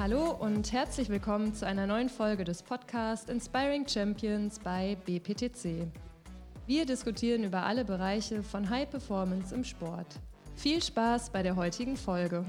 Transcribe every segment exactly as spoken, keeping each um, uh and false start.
Hallo und herzlich willkommen zu einer neuen Folge des Podcasts Inspiring Champions bei B P T C. Wir diskutieren über alle Bereiche von High Performance im Sport. Viel Spaß bei der heutigen Folge.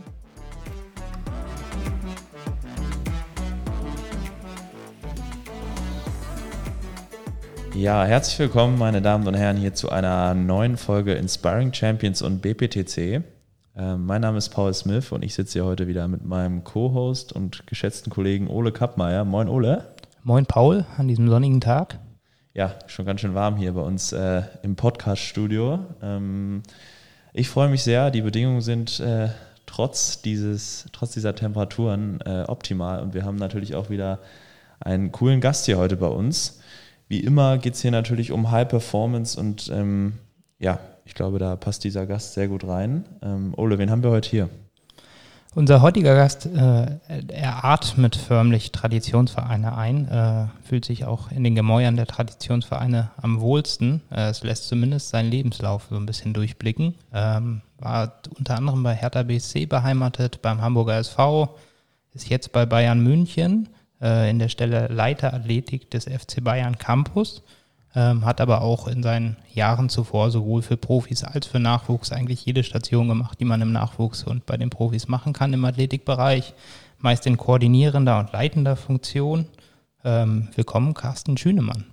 Ja, herzlich willkommen, meine Damen und Herren, hier zu einer neuen Folge Inspiring Champions und B P T C. Äh, mein Name ist Paul Smith und ich sitze hier heute wieder mit meinem Co-Host und geschätzten Kollegen Ole Kappmeier. Moin Ole. Moin Paul, an diesem sonnigen Tag. Ja, schon ganz schön warm hier bei uns äh, im Podcast-Studio. Ähm, ich freue mich sehr, die Bedingungen sind äh, trotz, dieses, trotz dieser Temperaturen äh, optimal und wir haben natürlich auch wieder einen coolen Gast hier heute bei uns. Wie immer geht es hier natürlich um High Performance und ähm, ja, ich glaube, da passt dieser Gast sehr gut rein. Ähm, Ole, wen haben wir heute hier? Unser heutiger Gast, äh, er atmet förmlich Traditionsvereine ein, äh, fühlt sich auch in den Gemäuern der Traditionsvereine am wohlsten. Äh, es lässt zumindest seinen Lebenslauf so ein bisschen durchblicken. Ähm, war unter anderem bei Hertha B S C beheimatet, beim Hamburger S V, ist jetzt bei Bayern München äh, in der Stelle Leiter Athletik des F C Bayern Campus. Ähm, hat aber auch in seinen Jahren zuvor sowohl für Profis als für Nachwuchs eigentlich jede Station gemacht, die man im Nachwuchs und bei den Profis machen kann im Athletikbereich, meist in koordinierender und leitender Funktion. Ähm, willkommen, Carsten Schünemann.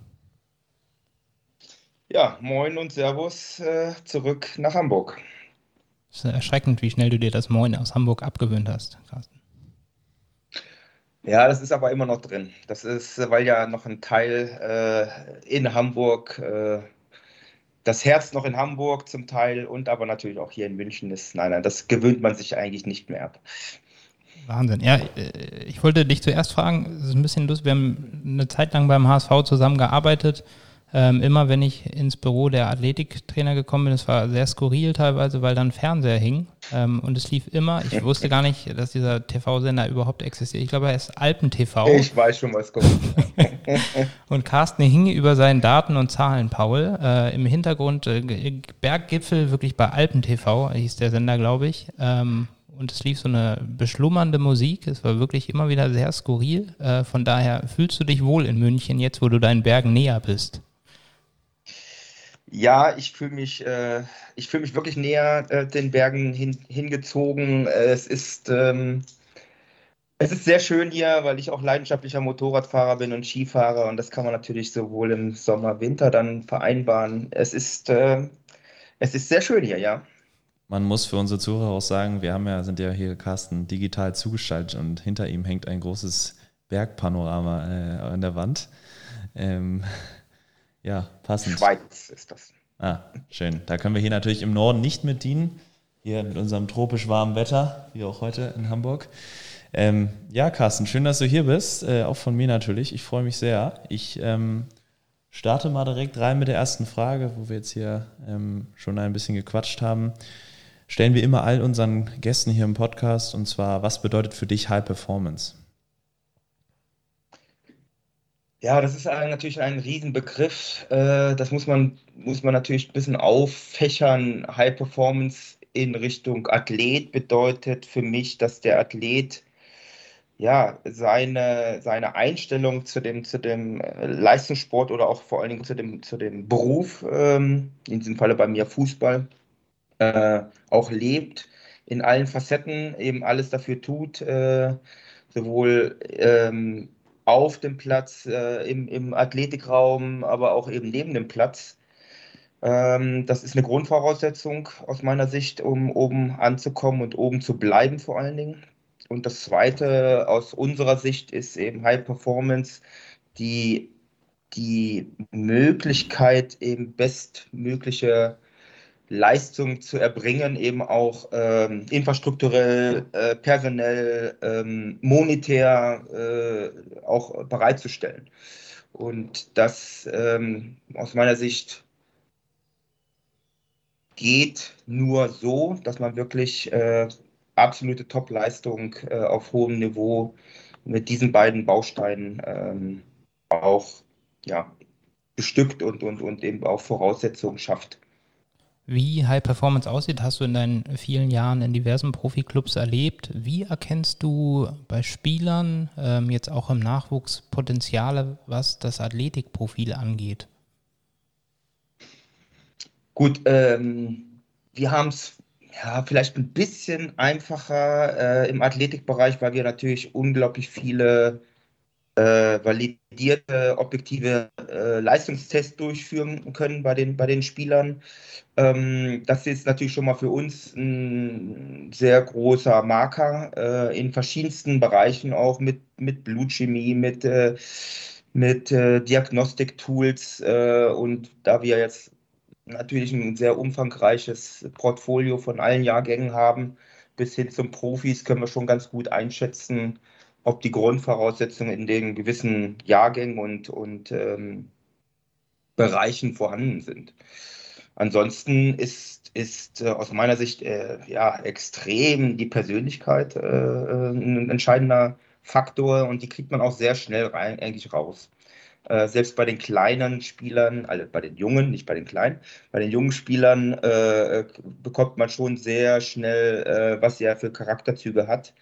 Ja, moin und Servus äh, zurück nach Hamburg. Es ist erschreckend, wie schnell du dir das Moin aus Hamburg abgewöhnt hast, Carsten. Ja, das ist aber immer noch drin. Das ist, weil ja noch ein Teil äh, in Hamburg, äh, das Herz noch in Hamburg zum Teil und aber natürlich auch hier in München ist. Nein, nein, das gewöhnt man sich eigentlich nicht mehr ab. Wahnsinn. Ja, ich wollte dich zuerst fragen, es ist ein bisschen lustig, wir haben eine Zeit lang beim H S V zusammengearbeitet. Ähm, immer wenn ich ins Büro der Athletiktrainer gekommen bin, es war sehr skurril teilweise, weil dann Fernseher hing ähm, und es lief immer, ich wusste gar nicht, dass dieser T V-Sender überhaupt existiert. Ich glaube, er ist Alpen-T V. Ich weiß schon, was kommt. Und Carsten hing über seinen Daten und Zahlen, Paul. Äh, Im Hintergrund äh, Berggipfel, wirklich bei Alpen-T V hieß der Sender, glaube ich. Ähm, und es lief so eine beschlummernde Musik. Es war wirklich immer wieder sehr skurril. Äh, von daher fühlst du dich wohl in München, jetzt wo du deinen Bergen näher bist? Ja, ich fühle mich, äh, ich fühle mich wirklich näher äh, den Bergen hin, hingezogen. Äh, es ist, ähm, es ist sehr schön hier, weil ich auch leidenschaftlicher Motorradfahrer bin und Skifahrer und das kann man natürlich sowohl im Sommer, Winter dann vereinbaren. Es ist, äh, es ist sehr schön hier, ja. Man muss für unsere Zuhörer auch sagen, wir haben ja, sind ja hier, Carsten, digital zugeschaltet und hinter ihm hängt ein großes Bergpanorama äh, an der Wand. Ähm, Ja, passend. Schweiz ist das. Ah, schön. Da können wir hier natürlich im Norden nicht mit dienen. Hier mit unserem tropisch warmen Wetter, wie auch heute in Hamburg. Ähm, ja, Carsten, schön, dass du hier bist. Äh, auch von mir natürlich. Ich freue mich sehr. Ich ähm, starte mal direkt rein mit der ersten Frage, wo wir jetzt hier ähm, schon ein bisschen gequatscht haben. Stellen wir immer all unseren Gästen hier im Podcast. Und zwar, was bedeutet für dich High Performance? Ja, das ist ein, natürlich ein Riesenbegriff. Äh, das muss man, muss man natürlich ein bisschen auffächern. High Performance in Richtung Athlet bedeutet für mich, dass der Athlet ja seine, seine Einstellung zu dem, zu dem äh, Leistungssport oder auch vor allen Dingen zu dem, zu dem Beruf, ähm, in diesem Falle bei mir Fußball, äh, auch lebt, in allen Facetten eben alles dafür tut, äh, sowohl ähm, auf dem Platz, äh, im, im Athletikraum, aber auch eben neben dem Platz. Ähm, das ist eine Grundvoraussetzung aus meiner Sicht, um oben anzukommen und oben zu bleiben vor allen Dingen. Und das Zweite aus unserer Sicht ist eben High Performance, die, die Möglichkeit, eben bestmögliche Leistung zu erbringen, eben auch ähm, infrastrukturell, äh, personell, ähm, monetär äh, auch bereitzustellen. Und das ähm, aus meiner Sicht geht nur so, dass man wirklich äh, absolute Top-Leistung äh, auf hohem Niveau mit diesen beiden Bausteinen ähm, auch ja, bestückt und, und, und eben auch Voraussetzungen schafft. Wie High Performance aussieht, hast du in deinen vielen Jahren in diversen Profiklubs erlebt. Wie erkennst du bei Spielern ähm, jetzt auch im Nachwuchs Potenziale, was das Athletikprofil angeht? Gut, ähm, wir haben es ja vielleicht ein bisschen einfacher äh, im Athletikbereich, weil wir natürlich unglaublich viele äh, validierte, objektive äh, Leistungstests durchführen können bei den, bei den Spielern. Ähm, das ist natürlich schon mal für uns ein sehr großer Marker äh, in verschiedensten Bereichen, auch mit, mit Blutchemie, mit, äh, mit äh, Diagnostiktools. Äh, und da wir jetzt natürlich ein sehr umfangreiches Portfolio von allen Jahrgängen haben, bis hin zum Profis, können wir schon ganz gut einschätzen, ob die Grundvoraussetzungen in den gewissen Jahrgängen und, und ähm, Bereichen vorhanden sind. Ansonsten ist, ist äh, aus meiner Sicht äh, ja, extrem die Persönlichkeit äh, ein entscheidender Faktor und die kriegt man auch sehr schnell rein, eigentlich raus. Äh, selbst bei den kleinen Spielern, also bei den Jungen, nicht bei den Kleinen, bei den jungen Spielern äh, bekommt man schon sehr schnell, äh, was er für Charakterzüge hat.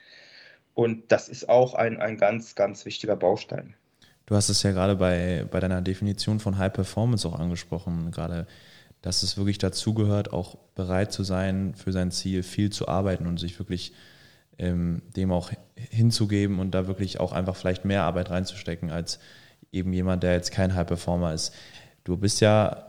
Und das ist auch ein, ein ganz, ganz wichtiger Baustein. Du hast es ja gerade bei, bei deiner Definition von High Performance auch angesprochen, gerade, dass es wirklich dazugehört, auch bereit zu sein, für sein Ziel viel zu arbeiten und sich wirklich ähm, dem auch hinzugeben und da wirklich auch einfach vielleicht mehr Arbeit reinzustecken als eben jemand, der jetzt kein High Performer ist. Du bist ja,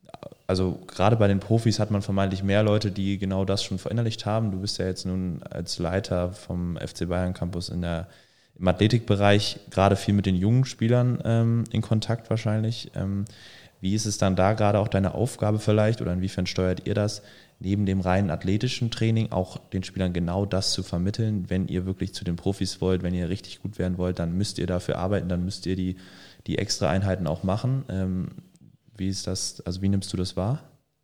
also gerade bei den Profis hat man vermeintlich mehr Leute, die genau das schon verinnerlicht haben. Du bist ja jetzt nun als Leiter vom F C Bayern Campus in der, im Athletikbereich gerade viel mit den jungen Spielern ähm, in Kontakt wahrscheinlich. Ähm, wie ist es dann da gerade auch deine Aufgabe vielleicht oder inwiefern steuert ihr das, neben dem reinen athletischen Training auch den Spielern genau das zu vermitteln? Wenn ihr wirklich zu den Profis wollt, wenn ihr richtig gut werden wollt, dann müsst ihr dafür arbeiten, dann müsst ihr die, die extra Einheiten auch machen. Ähm, wie ist das, also wie nimmst du das wahr?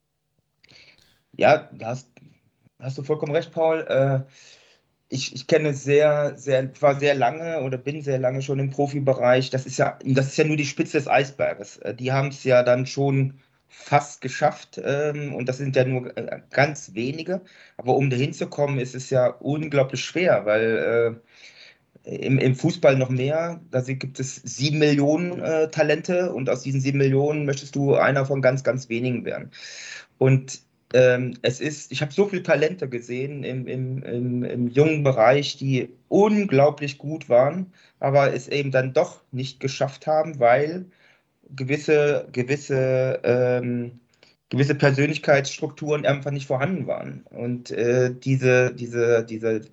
Ja, da hast, hast du vollkommen recht, Paul. Äh, ich, ich kenne sehr, sehr, war sehr lange oder bin sehr lange schon im Profibereich. Das ist ja, das ist ja nur die Spitze des Eisberges. Äh, Die haben es ja dann schon fast geschafft, ähm, und das sind ja nur äh, ganz wenige. Aber um dahin zu kommen, ist es ja unglaublich schwer, weil äh, im, im Fußball noch mehr. Da gibt es sieben Millionen äh, Talente und aus diesen sieben Millionen möchtest du einer von ganz, ganz wenigen werden. Und ähm, es ist, ich habe so viele Talente gesehen im, im, im, im jungen Bereich, die unglaublich gut waren, aber es eben dann doch nicht geschafft haben, weil gewisse, gewisse, ähm, gewisse Persönlichkeitsstrukturen einfach nicht vorhanden waren. Und äh, diese, diese, diese,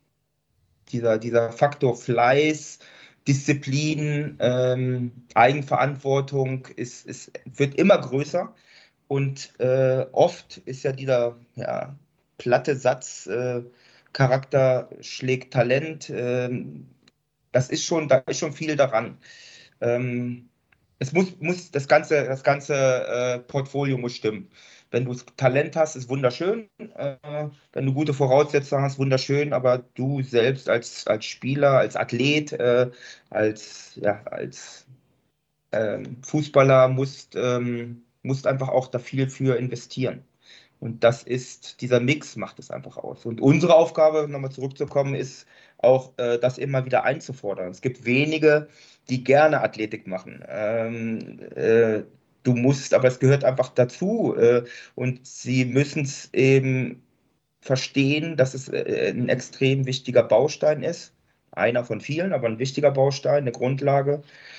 dieser, dieser Faktor Fleiß, Disziplin, ähm, Eigenverantwortung ist, ist, wird immer größer. Und äh, oft ist ja dieser ja, platte Satz, äh, Charakter schlägt Talent, ähm, das ist schon, da ist schon viel daran. Ähm, es muss, muss das ganze, das ganze äh, Portfolio muss stimmen. Wenn du Talent hast, ist wunderschön. Äh, wenn du gute Voraussetzungen hast, wunderschön. Aber du selbst als, als Spieler, als Athlet, äh, als, ja, als ähm, Fußballer musst, ähm, musst einfach auch da viel für investieren. Und das ist, dieser Mix macht es einfach aus. Und unsere Aufgabe, nochmal zurückzukommen, ist auch, äh, das immer wieder einzufordern. Es gibt wenige, die gerne Athletik machen. Ähm, äh, du musst, aber es gehört einfach dazu. Äh, und sie müssen es eben verstehen, dass es äh, ein extrem wichtiger Baustein ist. Einer von vielen, aber ein wichtiger Baustein, eine Grundlage.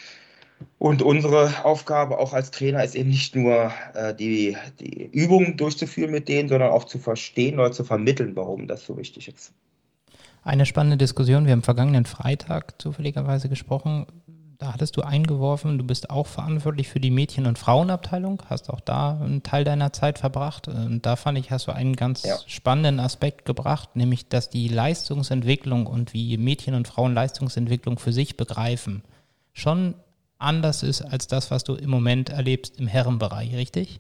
Und unsere Aufgabe auch als Trainer ist eben nicht nur äh, die, die Übungen durchzuführen mit denen, sondern auch zu verstehen oder zu vermitteln, warum das so wichtig ist. Eine spannende Diskussion. Wir haben vergangenen Freitag zufälligerweise gesprochen. Da hattest du eingeworfen, du bist auch verantwortlich für die Mädchen- und Frauenabteilung, hast auch da einen Teil deiner Zeit verbracht. Und da fand ich, hast du einen ganz ja. spannenden Aspekt gebracht, nämlich, dass die Leistungsentwicklung und wie Mädchen und Frauen Leistungsentwicklung für sich begreifen, schon anders ist als das, was du im Moment erlebst im Herrenbereich, richtig?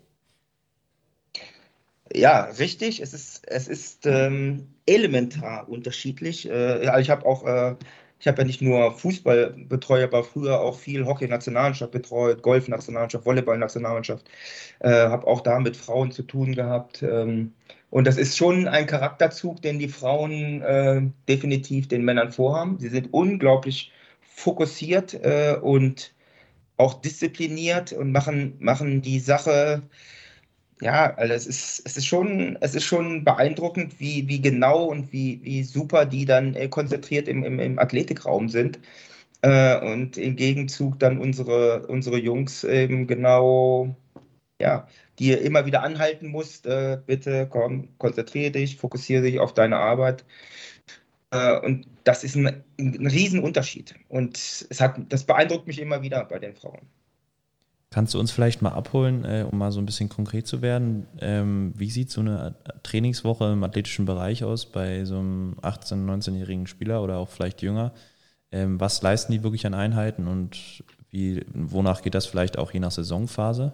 Ja, richtig. Es ist, es ist ähm, elementar unterschiedlich. Äh, ja, ich habe auch, äh, ich habe ja nicht nur Fußball betreut, aber früher auch viel Hockey-Nationalmannschaft betreut, Golf-Nationalmannschaft, Volleyball-Nationalmannschaft, äh, habe auch da mit Frauen zu tun gehabt. Ähm, und das ist schon ein Charakterzug, den die Frauen äh, definitiv den Männern vorhaben. Sie sind unglaublich fokussiert äh, und auch diszipliniert und machen, machen die Sache. Ja, also es ist, es ist schon, es ist schon beeindruckend, wie, wie genau und wie, wie super die dann äh, konzentriert im, im, im Athletikraum sind. Äh, und im Gegenzug dann unsere, unsere Jungs eben genau, ja, die ihr immer wieder anhalten musst, äh, bitte komm, konzentriere dich, fokussiere dich auf deine Arbeit. Äh, und das ist ein, ein Riesenunterschied. Und es hat, das beeindruckt mich immer wieder bei den Frauen. Kannst du uns vielleicht mal abholen, äh, um mal so ein bisschen konkret zu werden? Ähm, wie sieht so eine Trainingswoche im athletischen Bereich aus bei so einem achtzehn-, neunzehnjährigen Spieler oder auch vielleicht jünger? Ähm, was leisten die wirklich an Einheiten und wie, wonach geht das vielleicht auch je nach Saisonphase?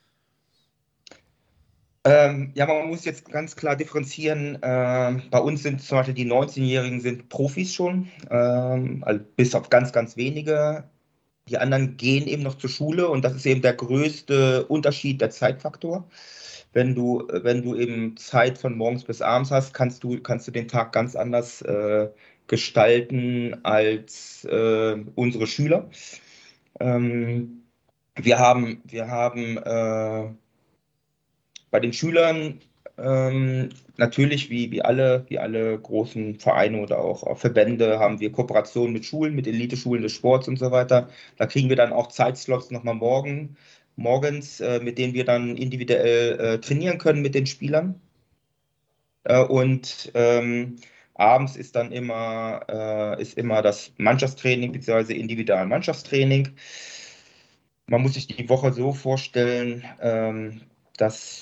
Ähm, ja, man muss jetzt ganz klar differenzieren. Ähm, bei uns sind zum Beispiel die neunzehnjährigen sind Profis schon, ähm, also bis auf ganz, ganz wenige. Die anderen gehen eben noch zur Schule und das ist eben der größte Unterschied, der Zeitfaktor. Wenn du, wenn du eben Zeit von morgens bis abends hast, kannst du, kannst du den Tag ganz anders äh, gestalten als äh, unsere Schüler. Ähm, wir haben, wir haben äh, bei den Schülern ähm, natürlich, wie, wie alle, wie alle großen Vereine oder auch, auch Verbände, haben wir Kooperationen mit Schulen, mit Eliteschulen des Sports und so weiter. Da kriegen wir dann auch Zeitslots nochmal morgen, morgens, äh, mit denen wir dann individuell äh, trainieren können mit den Spielern. Äh, und ähm, abends ist dann immer, äh, ist immer das Mannschaftstraining bzw. Individual-Mannschaftstraining. Man muss sich die Woche so vorstellen, ähm, dass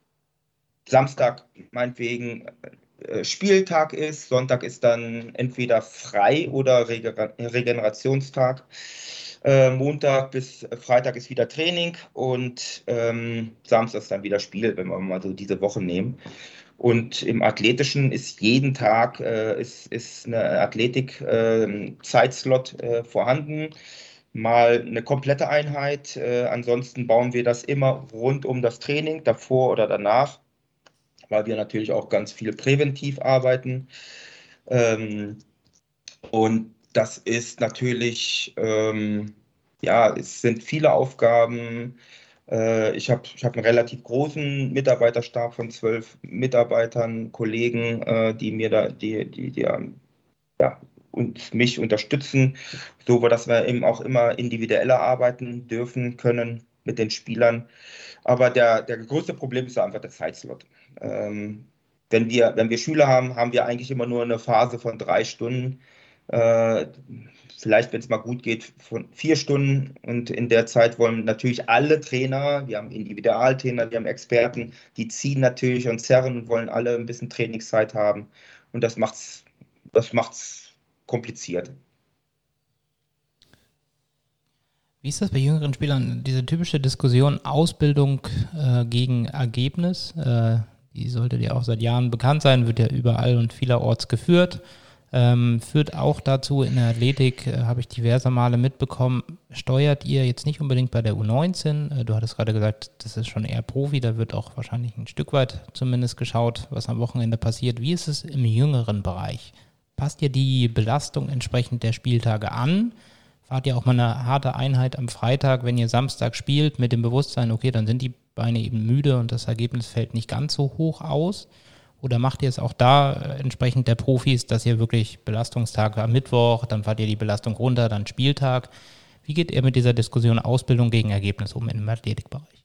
Samstag meinetwegen äh, Spieltag ist, Sonntag ist dann entweder frei oder Rege- Regenerationstag. Äh, Montag bis Freitag ist wieder Training und ähm, Samstag ist dann wieder Spiel, wenn wir mal so diese Woche nehmen. Und im Athletischen ist jeden Tag äh, ist, ist eine Athletik-Zeitslot äh, äh, vorhanden. Mal eine komplette Einheit. Äh, ansonsten bauen wir das immer rund um das Training, davor oder danach, weil wir natürlich auch ganz viel präventiv arbeiten. Ähm, und das ist natürlich, ähm, ja, es sind viele Aufgaben. Äh, ich habe ich hab einen relativ großen Mitarbeiterstab von zwölf Mitarbeitern, Kollegen, äh, die mir da, die, die, die ähm, ja, und mich unterstützen, so dass wir eben auch immer individueller arbeiten dürfen können mit den Spielern. Aber der, der größte Problem ist einfach der Zeitslot. Ähm, wenn wir, wenn wir Schüler haben, haben wir eigentlich immer nur eine Phase von drei Stunden. Äh, Vielleicht, wenn es mal gut geht, von vier Stunden. Und in der Zeit wollen natürlich alle Trainer, wir haben Individualtrainer, wir haben Experten, die ziehen natürlich und zerren und wollen alle ein bisschen Trainingszeit haben. Und das macht's, das macht's kompliziert. Wie ist das bei jüngeren Spielern? Diese typische Diskussion Ausbildung äh, gegen Ergebnis, äh, die sollte dir auch seit Jahren bekannt sein, wird ja überall und vielerorts geführt. Ähm, führt auch dazu, in der Athletik, äh, habe ich diverse Male mitbekommen, steuert ihr jetzt nicht unbedingt bei der U neunzehn, äh, du hattest gerade gesagt, das ist schon eher Profi, da wird auch wahrscheinlich ein Stück weit zumindest geschaut, was am Wochenende passiert. Wie ist es im jüngeren Bereich? Passt ihr die Belastung entsprechend der Spieltage an? Fahrt ihr auch mal eine harte Einheit am Freitag, wenn ihr Samstag spielt, mit dem Bewusstsein, okay, dann sind die Beine eben müde und das Ergebnis fällt nicht ganz so hoch aus? Oder macht ihr es auch da äh, entsprechend der Profis, dass ihr wirklich Belastungstage am Mittwoch, dann fahrt ihr die Belastung runter, dann Spieltag? Wie geht ihr mit dieser Diskussion Ausbildung gegen Ergebnis um im Athletikbereich?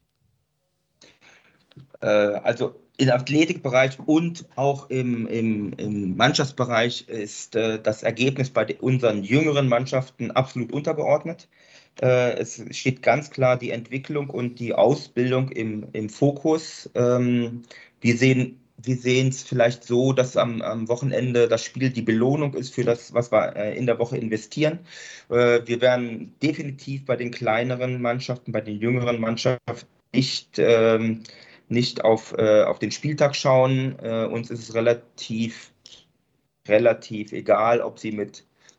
Äh, also im Athletikbereich und auch im, im, im Mannschaftsbereich ist äh, das Ergebnis bei de- unseren jüngeren Mannschaften absolut untergeordnet. Äh, es steht ganz klar die Entwicklung und die Ausbildung im, im Fokus. Ähm, wir sehen Wir sehen es vielleicht so, dass am, am Wochenende das Spiel die Belohnung ist für das, was wir äh, in der Woche investieren. Äh, wir werden definitiv bei den kleineren Mannschaften, bei den jüngeren Mannschaften nicht, ähm, nicht auf, äh, auf den Spieltag schauen. Äh, uns ist es relativ, relativ egal, ob sie mit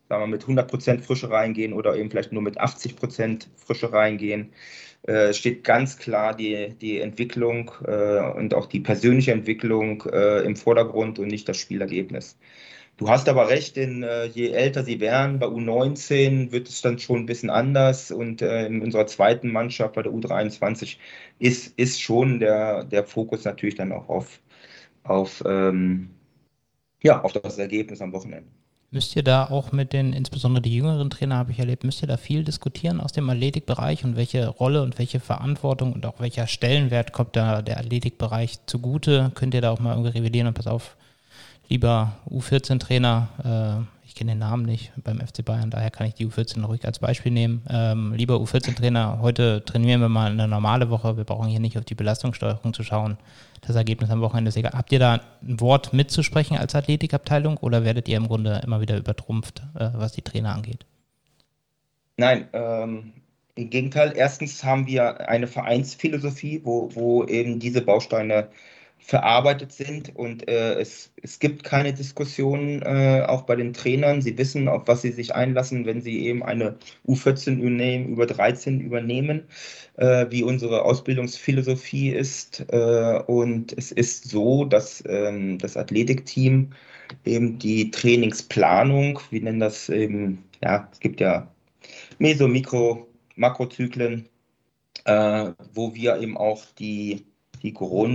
sagen wir, mit hundert Prozent Frische reingehen oder eben vielleicht nur mit achtzig Prozent Frische reingehen. Äh, steht ganz klar die, die Entwicklung äh, und auch die persönliche Entwicklung äh, im Vordergrund und nicht das Spielergebnis. Du hast aber recht, denn äh, je älter sie werden, bei U neunzehn wird es dann schon ein bisschen anders und äh, in unserer zweiten Mannschaft, bei der U dreiundzwanzig, ist, ist schon der, der Fokus natürlich dann auch auf, auf, ähm, ja, auf das Ergebnis am Wochenende. Müsst ihr da auch mit den, insbesondere die jüngeren Trainer habe ich erlebt, müsst ihr da viel diskutieren aus dem Athletikbereich und welche Rolle und welche Verantwortung und auch welcher Stellenwert kommt da der Athletikbereich zugute? Könnt ihr da auch mal irgendwie revidieren und pass auf, lieber U vierzehn Trainer, äh, ich kenne den Namen nicht beim F C Bayern, daher kann ich die U vierzehn ruhig als Beispiel nehmen. Ähm, lieber U vierzehn Trainer, heute trainieren wir mal eine normale Woche, wir brauchen hier nicht auf die Belastungssteuerung zu schauen. Das Ergebnis am Wochenende ist egal. Habt ihr da ein Wort mitzusprechen als Athletikabteilung oder werdet ihr im Grunde immer wieder übertrumpft, äh, was die Trainer angeht? Nein, ähm, im Gegenteil. Erstens haben wir eine Vereinsphilosophie, wo, wo eben diese Bausteine verarbeitet sind und äh, es, es gibt keine Diskussion äh, auch bei den Trainern. Sie wissen, auf was sie sich einlassen, wenn sie eben eine U vierzehn übernehmen, über dreizehn übernehmen, äh, wie unsere Ausbildungsphilosophie ist. Äh, und es ist so, dass ähm, das Athletikteam eben die Trainingsplanung, wir nennen das eben, ja, es gibt ja Meso-, Mikro-, Makrozyklen, äh, wo wir eben auch die, die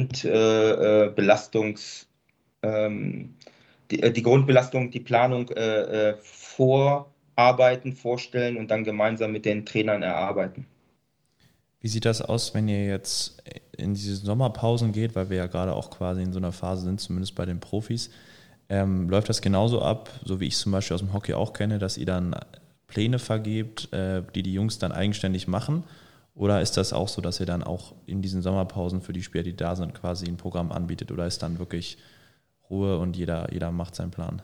Grundbelastungs, äh, ähm, die, äh, die Grundbelastung, die Planung äh, äh, vorarbeiten, vorstellen und dann gemeinsam mit den Trainern erarbeiten. Wie sieht das aus, wenn ihr jetzt in diese Sommerpausen geht, weil wir ja gerade auch quasi in so einer Phase sind, zumindest bei den Profis, ähm, läuft das genauso ab, so wie ich es zum Beispiel aus dem Hockey auch kenne, dass ihr dann Pläne vergebt, äh, die die Jungs dann eigenständig machen? Oder ist das auch so, dass ihr dann auch in diesen Sommerpausen für die Spieler, die da sind, quasi ein Programm anbietet? Oder ist dann wirklich Ruhe und jeder, jeder macht seinen Plan?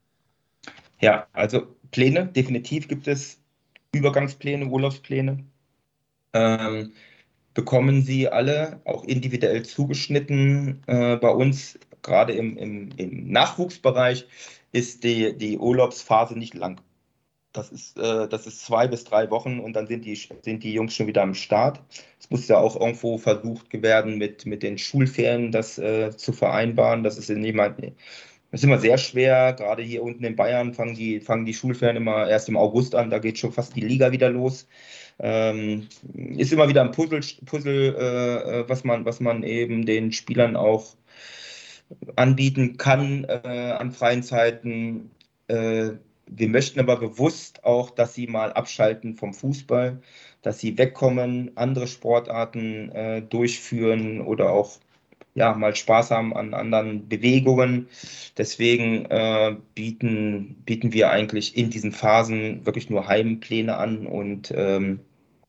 Ja, also Pläne, definitiv gibt es Übergangspläne, Urlaubspläne. Ähm, bekommen sie alle auch individuell zugeschnitten. Äh, bei uns, gerade im, im, im Nachwuchsbereich, ist die, die Urlaubsphase nicht lang. Das ist, äh, das ist zwei bis drei Wochen und dann sind die, sind die Jungs schon wieder am Start. Es muss ja auch irgendwo versucht werden, mit, mit den Schulferien das äh, zu vereinbaren. Das ist, immer, das ist immer sehr schwer. Gerade hier unten in Bayern fangen die, fangen die Schulferien immer erst im August an. Da geht schon fast die Liga wieder los. Ähm, ist immer wieder ein Puzzle, Puzzle äh, was, man, was man eben den Spielern auch anbieten kann äh, an freien Zeiten. Äh, Wir möchten aber bewusst auch, dass sie mal abschalten vom Fußball, dass sie wegkommen, andere Sportarten äh, durchführen oder auch ja, mal Spaß haben an anderen Bewegungen. Deswegen äh, bieten, bieten wir eigentlich in diesen Phasen wirklich nur Heimpläne an und ähm,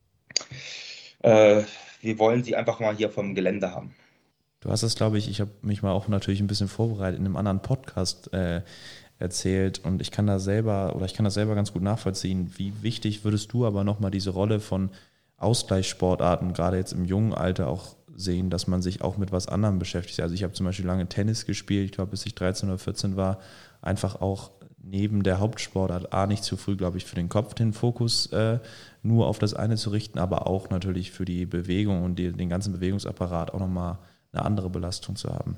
äh, wir wollen sie einfach mal hier vom Gelände haben. Du hast es, glaube ich, ich habe mich mal auch natürlich ein bisschen vorbereitet in einem anderen Podcast äh, erzählt und ich kann da selber oder ich kann das selber ganz gut nachvollziehen. Wie wichtig würdest du aber nochmal diese Rolle von Ausgleichssportarten, gerade jetzt im jungen Alter auch sehen, dass man sich auch mit was anderem beschäftigt? Also ich habe zum Beispiel lange Tennis gespielt, ich glaube bis ich dreizehn oder vierzehn war, einfach auch neben der Hauptsportart A nicht zu früh, glaube ich, für den Kopf den Fokus äh, nur auf das eine zu richten, aber auch natürlich für die Bewegung und die, den ganzen Bewegungsapparat auch nochmal eine andere Belastung zu haben.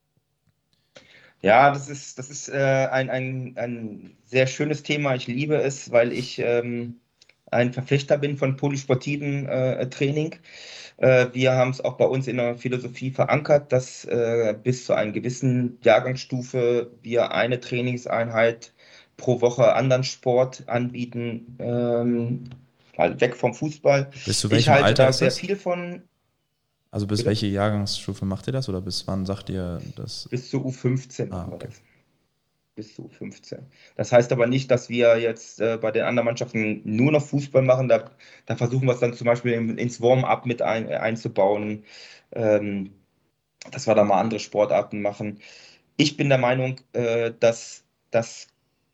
Ja, das ist, das ist äh, ein, ein, ein sehr schönes Thema. Ich liebe es, weil ich ähm, ein Verfechter bin von polysportivem äh, Training. Äh, wir haben es auch bei uns in der Philosophie verankert, dass äh, bis zu einer gewissen Jahrgangsstufe wir eine Trainingseinheit pro Woche anderen Sport anbieten, ähm, mal weg vom Fußball. Bis zu Ich welchem halte Alter da ist sehr das? viel von. Also bis Bitte? welche Jahrgangsstufe macht ihr das oder bis wann sagt ihr das? Bis zur U fünfzehn Ah, machen wir okay. das. Bis zu U fünfzehn. Das heißt aber nicht, dass wir jetzt äh, bei den anderen Mannschaften nur noch Fußball machen. Da, da versuchen wir es dann zum Beispiel in, ins Warm-up mit ein, äh, einzubauen, ähm, dass wir da mal andere Sportarten machen. Ich bin der Meinung, äh, dass das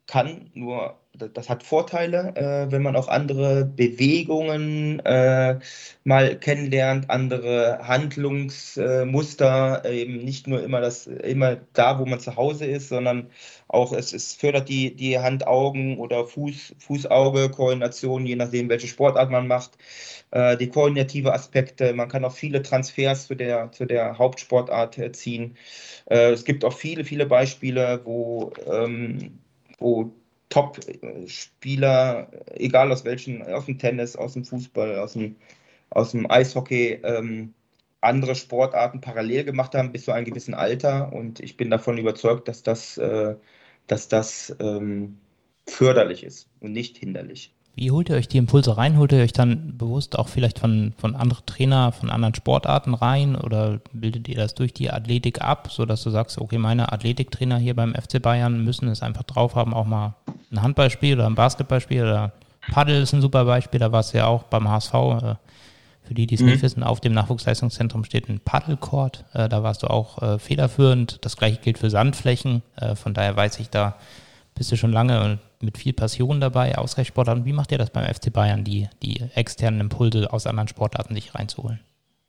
kann, nur das hat Vorteile, äh, wenn man auch andere Bewegungen äh, mal kennenlernt, andere Handlungsmuster, äh, eben nicht nur immer das, immer da, wo man zu Hause ist, sondern auch es, es fördert die, die Hand-Augen- oder Fuß, Fuß-Auge-Koordination, je nachdem, welche Sportart man macht, äh, die koordinative Aspekte. Man kann auch viele Transfers zu der, zu der Hauptsportart äh, ziehen. Äh, es gibt auch viele, viele Beispiele, wo, ähm, wo Top-Spieler, egal aus welchen, aus dem Tennis, aus dem Fußball, aus dem, aus dem Eishockey, ähm, andere Sportarten parallel gemacht haben bis zu einem gewissen Alter. Und ich bin davon überzeugt, dass das, äh, dass das ähm, förderlich ist und nicht hinderlich. Wie holt ihr euch die Impulse rein? Holt ihr euch dann bewusst auch vielleicht von, von anderen Trainer, von anderen Sportarten rein oder bildet ihr das durch die Athletik ab, sodass du sagst, okay, meine Athletiktrainer hier beim F C Bayern müssen es einfach drauf haben, auch mal ein Handballspiel oder ein Basketballspiel oder Paddel ist ein super Beispiel, da war es ja auch beim H S V, äh, für die, die es mhm. nicht wissen, auf dem Nachwuchsleistungszentrum steht ein Paddelcourt, äh, da warst du auch äh, federführend, das gleiche gilt für Sandflächen, äh, von daher weiß ich, da bist du schon lange mit viel Passion dabei, Ausgleichssportarten. Wie macht ihr das beim F C Bayern, die, die externen Impulse aus anderen Sportarten sich reinzuholen?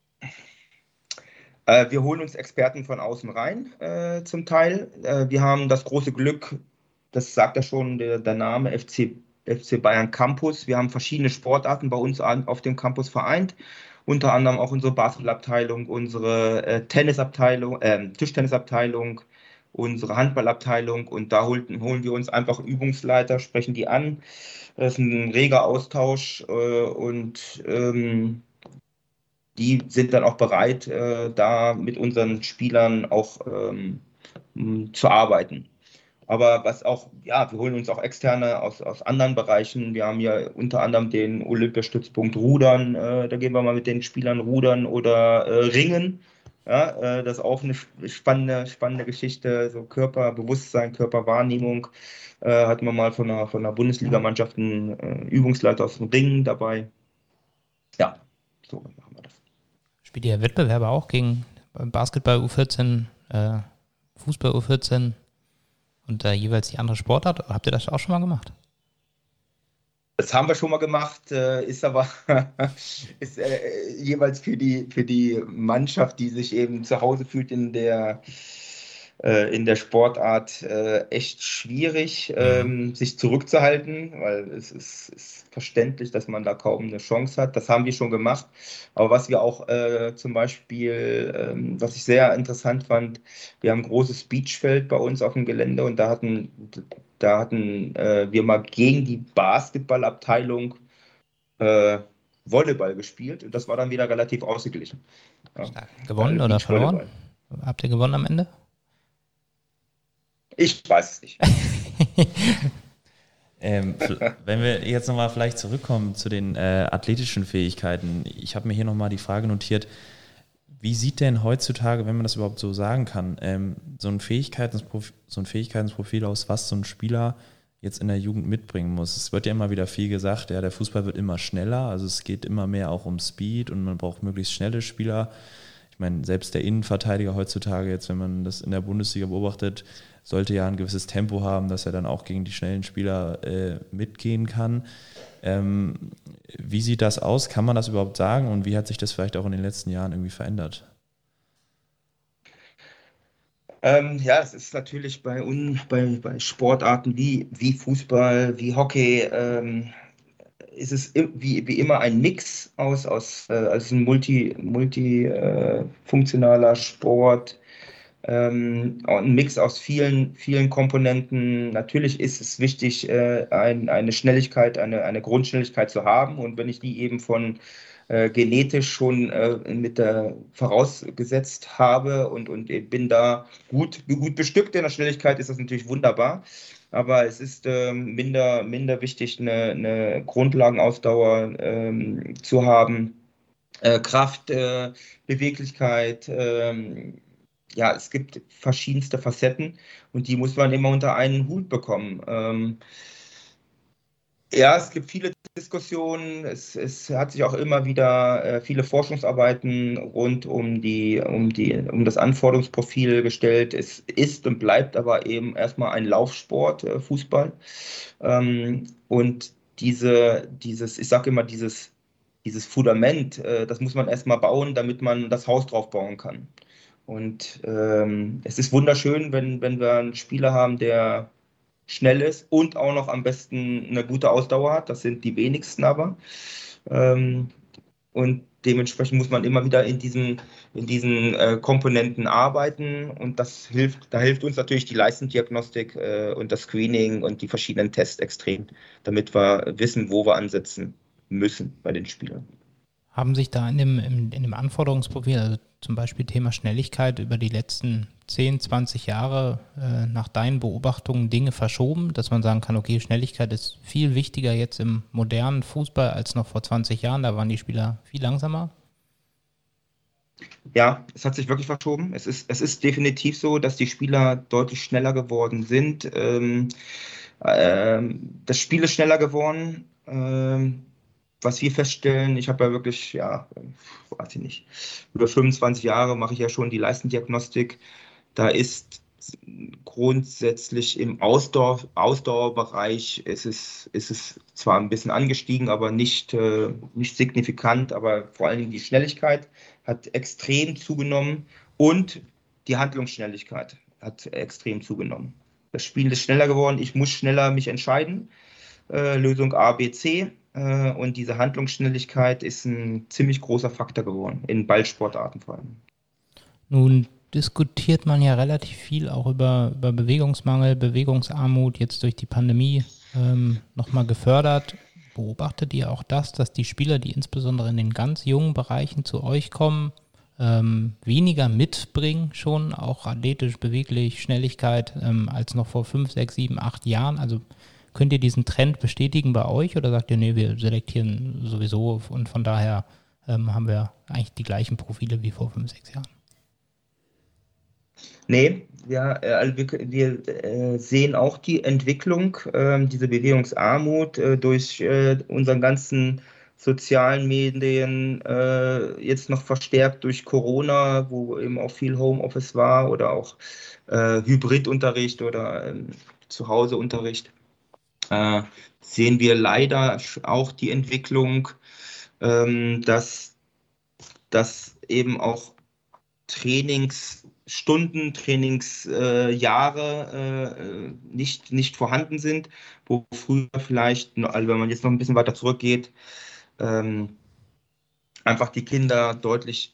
Äh, wir holen uns Experten von außen rein, äh, zum Teil. Äh, wir haben das große Glück, das sagt ja schon der, der Name F C, F C Bayern Campus. Wir haben verschiedene Sportarten bei uns an, auf dem Campus vereint. Unter anderem auch unsere Basketballabteilung, unsere äh, Tennisabteilung, äh, Tischtennisabteilung, unsere Handballabteilung, und da holen, holen wir uns einfach Übungsleiter, sprechen die an. Das ist ein reger Austausch äh, und ähm, die sind dann auch bereit, äh, da mit unseren Spielern auch ähm, zu arbeiten. Aber was auch, ja, wir holen uns auch Externe aus, aus anderen Bereichen. Wir haben ja unter anderem den Olympiastützpunkt Rudern, äh, da gehen wir mal mit den Spielern rudern oder äh, ringen. Ja, äh, das ist auch eine spannende, spannende Geschichte, so Körperbewusstsein, Körperwahrnehmung. Äh, hatten wir mal von einer, von einer Bundesligamannschaft einen äh, Übungsleiter aus dem Ringen dabei. Ja, so machen wir das. Spielt ihr Wettbewerbe auch gegen Basketball U vierzehn, äh, Fußball U vierzehn und äh, jeweils die andere Sportart? Habt ihr das auch schon mal gemacht? Das haben wir schon mal gemacht, äh, ist aber ist, äh, jeweils für die, für die Mannschaft, die sich eben zu Hause fühlt in der, äh, in der Sportart, äh, echt schwierig, ähm, sich zurückzuhalten, weil es ist, ist verständlich, dass man da kaum eine Chance hat. Das haben wir schon gemacht. Aber was wir auch äh, zum Beispiel, ähm, was ich sehr interessant fand, wir haben ein großes Beachfeld bei uns auf dem Gelände und da hatten Da hatten äh, wir mal gegen die Basketballabteilung äh, Volleyball gespielt und das war dann wieder relativ ausgeglichen. Ja. Gewonnen oder verloren? Habt ihr gewonnen am Ende? Ich weiß es nicht. ähm, wenn wir jetzt nochmal vielleicht zurückkommen zu den äh, athletischen Fähigkeiten. Ich habe mir hier nochmal die Frage notiert, wie sieht denn heutzutage, wenn man das überhaupt so sagen kann, ähm, so, ein Fähigkeitsprofil, so ein Fähigkeitsprofil aus, was so ein Spieler jetzt in der Jugend mitbringen muss? Es wird ja immer wieder viel gesagt, ja, der Fußball wird immer schneller, also es geht immer mehr auch um Speed und man braucht möglichst schnelle Spieler. Ich meine, selbst der Innenverteidiger heutzutage, jetzt wenn man das in der Bundesliga beobachtet, sollte ja ein gewisses Tempo haben, dass er dann auch gegen die schnellen Spieler äh, mitgehen kann. Ähm, wie sieht das aus? Kann man das überhaupt sagen? Und wie hat sich das vielleicht auch in den letzten Jahren irgendwie verändert? Ähm, ja, es ist natürlich bei, un, bei, bei Sportarten wie, wie Fußball, wie Hockey, ähm, ist es wie, wie immer ein Mix aus, aus äh, also ein multi, multi äh, funktionaler Sport. Ähm, ein Mix aus vielen, vielen Komponenten. Natürlich ist es wichtig, äh, ein, eine Schnelligkeit, eine, eine Grundschnelligkeit zu haben. Und wenn ich die eben von äh, genetisch schon äh, mit der vorausgesetzt habe und, und bin da gut, gut bestückt in der Schnelligkeit, ist das natürlich wunderbar. Aber es ist äh, minder, minder wichtig, eine, eine Grundlagenausdauer äh, zu haben. Äh, Kraft, äh, Beweglichkeit, äh, ja, es gibt verschiedenste Facetten und die muss man immer unter einen Hut bekommen. Ähm, Ja, es gibt viele Diskussionen. Es, es hat sich auch immer wieder äh, viele Forschungsarbeiten rund um die, um die, um das Anforderungsprofil gestellt. Es ist und bleibt aber eben erstmal ein Laufsport, äh, Fußball. Ähm, und diese, dieses, ich sage immer, dieses, dieses Fundament, äh, das muss man erstmal bauen, damit man das Haus drauf bauen kann. Und ähm, es ist wunderschön, wenn, wenn wir einen Spieler haben, der schnell ist und auch noch am besten eine gute Ausdauer hat. Das sind die wenigsten aber. Ähm, und dementsprechend muss man immer wieder in diesen, in diesen äh, Komponenten arbeiten. Und das hilft, da hilft uns natürlich die Leistungsdiagnostik äh, und das Screening und die verschiedenen Tests extrem, damit wir wissen, wo wir ansetzen müssen bei den Spielern. Haben sich da in dem, in, in dem Anforderungsprofil, also zum Beispiel Thema Schnelligkeit, über die letzten zehn, zwanzig Jahre äh, nach deinen Beobachtungen Dinge verschoben, dass man sagen kann, okay, Schnelligkeit ist viel wichtiger jetzt im modernen Fußball als noch vor zwanzig Jahren, da waren die Spieler viel langsamer? Ja, es hat sich wirklich verschoben. Es ist, es ist definitiv so, dass die Spieler deutlich schneller geworden sind. Ähm, ähm, das Spiel ist schneller geworden. Ähm, Was wir feststellen, ich habe ja wirklich, ja, weiß ich nicht, über fünfundzwanzig Jahre mache ich ja schon die Leistungsdiagnostik. Da ist grundsätzlich im Ausdauer, Ausdauerbereich ist es, ist es zwar ein bisschen angestiegen, aber nicht, äh, nicht signifikant, aber vor allen Dingen die Schnelligkeit hat extrem zugenommen und die Handlungsschnelligkeit hat extrem zugenommen. Das Spiel ist schneller geworden, ich muss schneller mich entscheiden. Äh, Lösung A, B, C. Und diese Handlungsschnelligkeit ist ein ziemlich großer Faktor geworden, in Ballsportarten vor allem. Nun diskutiert man ja relativ viel auch über, über Bewegungsmangel, Bewegungsarmut, jetzt durch die Pandemie ähm, nochmal gefördert. Beobachtet ihr auch das, dass die Spieler, die insbesondere in den ganz jungen Bereichen zu euch kommen, ähm, weniger mitbringen schon, auch athletisch, beweglich, Schnelligkeit, ähm, als noch vor fünf, sechs, sieben, acht Jahren? Also könnt ihr diesen Trend bestätigen bei euch oder sagt ihr, nee, wir selektieren sowieso und von daher ähm, haben wir eigentlich die gleichen Profile wie vor fünf, sechs Jahren? Nee, ja, also wir, wir äh, sehen auch die Entwicklung, äh, diese Bewegungsarmut äh, durch äh, unseren ganzen sozialen Medien, äh, jetzt noch verstärkt durch Corona, wo eben auch viel Homeoffice war oder auch äh, Hybridunterricht oder äh, Zuhauseunterricht. Äh, sehen wir leider auch die Entwicklung, ähm, dass, dass eben auch Trainingsstunden, Trainingsjahre äh, nicht, nicht vorhanden sind, wo früher vielleicht, also wenn man jetzt noch ein bisschen weiter zurückgeht, ähm, einfach die Kinder deutlich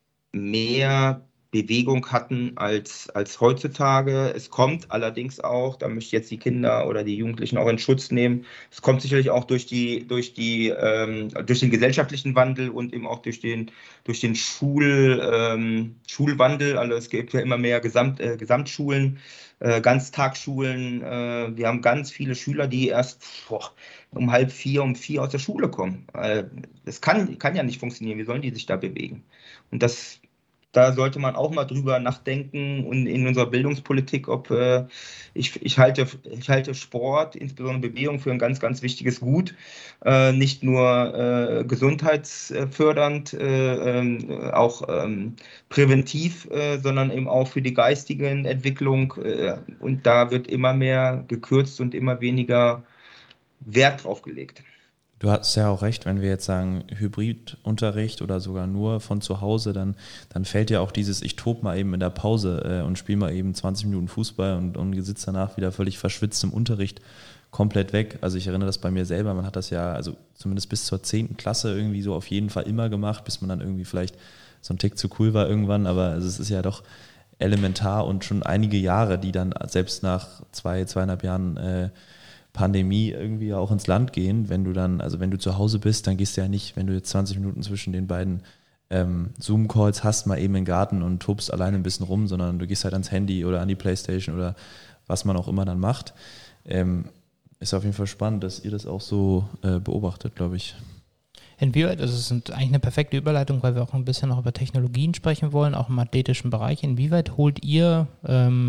mehr Bewegung hatten als, als heutzutage. Es kommt allerdings auch, da möchte ich jetzt die Kinder oder die Jugendlichen auch in Schutz nehmen, es kommt sicherlich auch durch die, durch die, ähm, durch den gesellschaftlichen Wandel und eben auch durch den, durch den Schul, ähm, Schulwandel. Also es gibt ja immer mehr Gesamt, äh, Gesamtschulen, äh, Ganztagsschulen. Äh, wir haben ganz viele Schüler, die erst boah, um halb vier, um vier aus der Schule kommen. Äh, das kann, kann ja nicht funktionieren. Wie sollen die sich da bewegen? Und das Da sollte man auch mal drüber nachdenken und in unserer Bildungspolitik, ob äh, ich, ich, halte, ich halte Sport, insbesondere Bewegung, für ein ganz, ganz wichtiges Gut. Äh, nicht nur äh, gesundheitsfördernd, äh, äh, auch ähm, präventiv, äh, sondern eben auch für die geistige Entwicklung. Äh, und da wird immer mehr gekürzt und immer weniger Wert drauf gelegt. Du hast ja auch recht, wenn wir jetzt sagen Hybridunterricht oder sogar nur von zu Hause, dann, dann fällt ja auch dieses, ich tob mal eben in der Pause äh, und spiele mal eben zwanzig Minuten Fußball und, und sitze danach wieder völlig verschwitzt im Unterricht komplett weg. Also ich erinnere das bei mir selber, man hat das ja, also zumindest bis zur zehnten Klasse irgendwie so auf jeden Fall immer gemacht, bis man dann irgendwie vielleicht so ein Tick zu cool war irgendwann, aber also es ist ja doch elementar und schon einige Jahre, die dann selbst nach zwei, zweieinhalb Jahren äh, Pandemie irgendwie auch ins Land gehen, wenn du dann, also wenn du zu Hause bist, dann gehst du ja nicht, wenn du jetzt zwanzig Minuten zwischen den beiden ähm, Zoom-Calls hast, mal eben in den Garten und tobst alleine ein bisschen rum, sondern du gehst halt ans Handy oder an die Playstation oder was man auch immer dann macht. Ähm, ist auf jeden Fall spannend, dass ihr das auch so äh, beobachtet, glaube ich. Inwieweit, also es ist eigentlich eine perfekte Überleitung, weil wir auch ein bisschen noch über Technologien sprechen wollen, auch im athletischen Bereich. Inwieweit holt ihr ähm,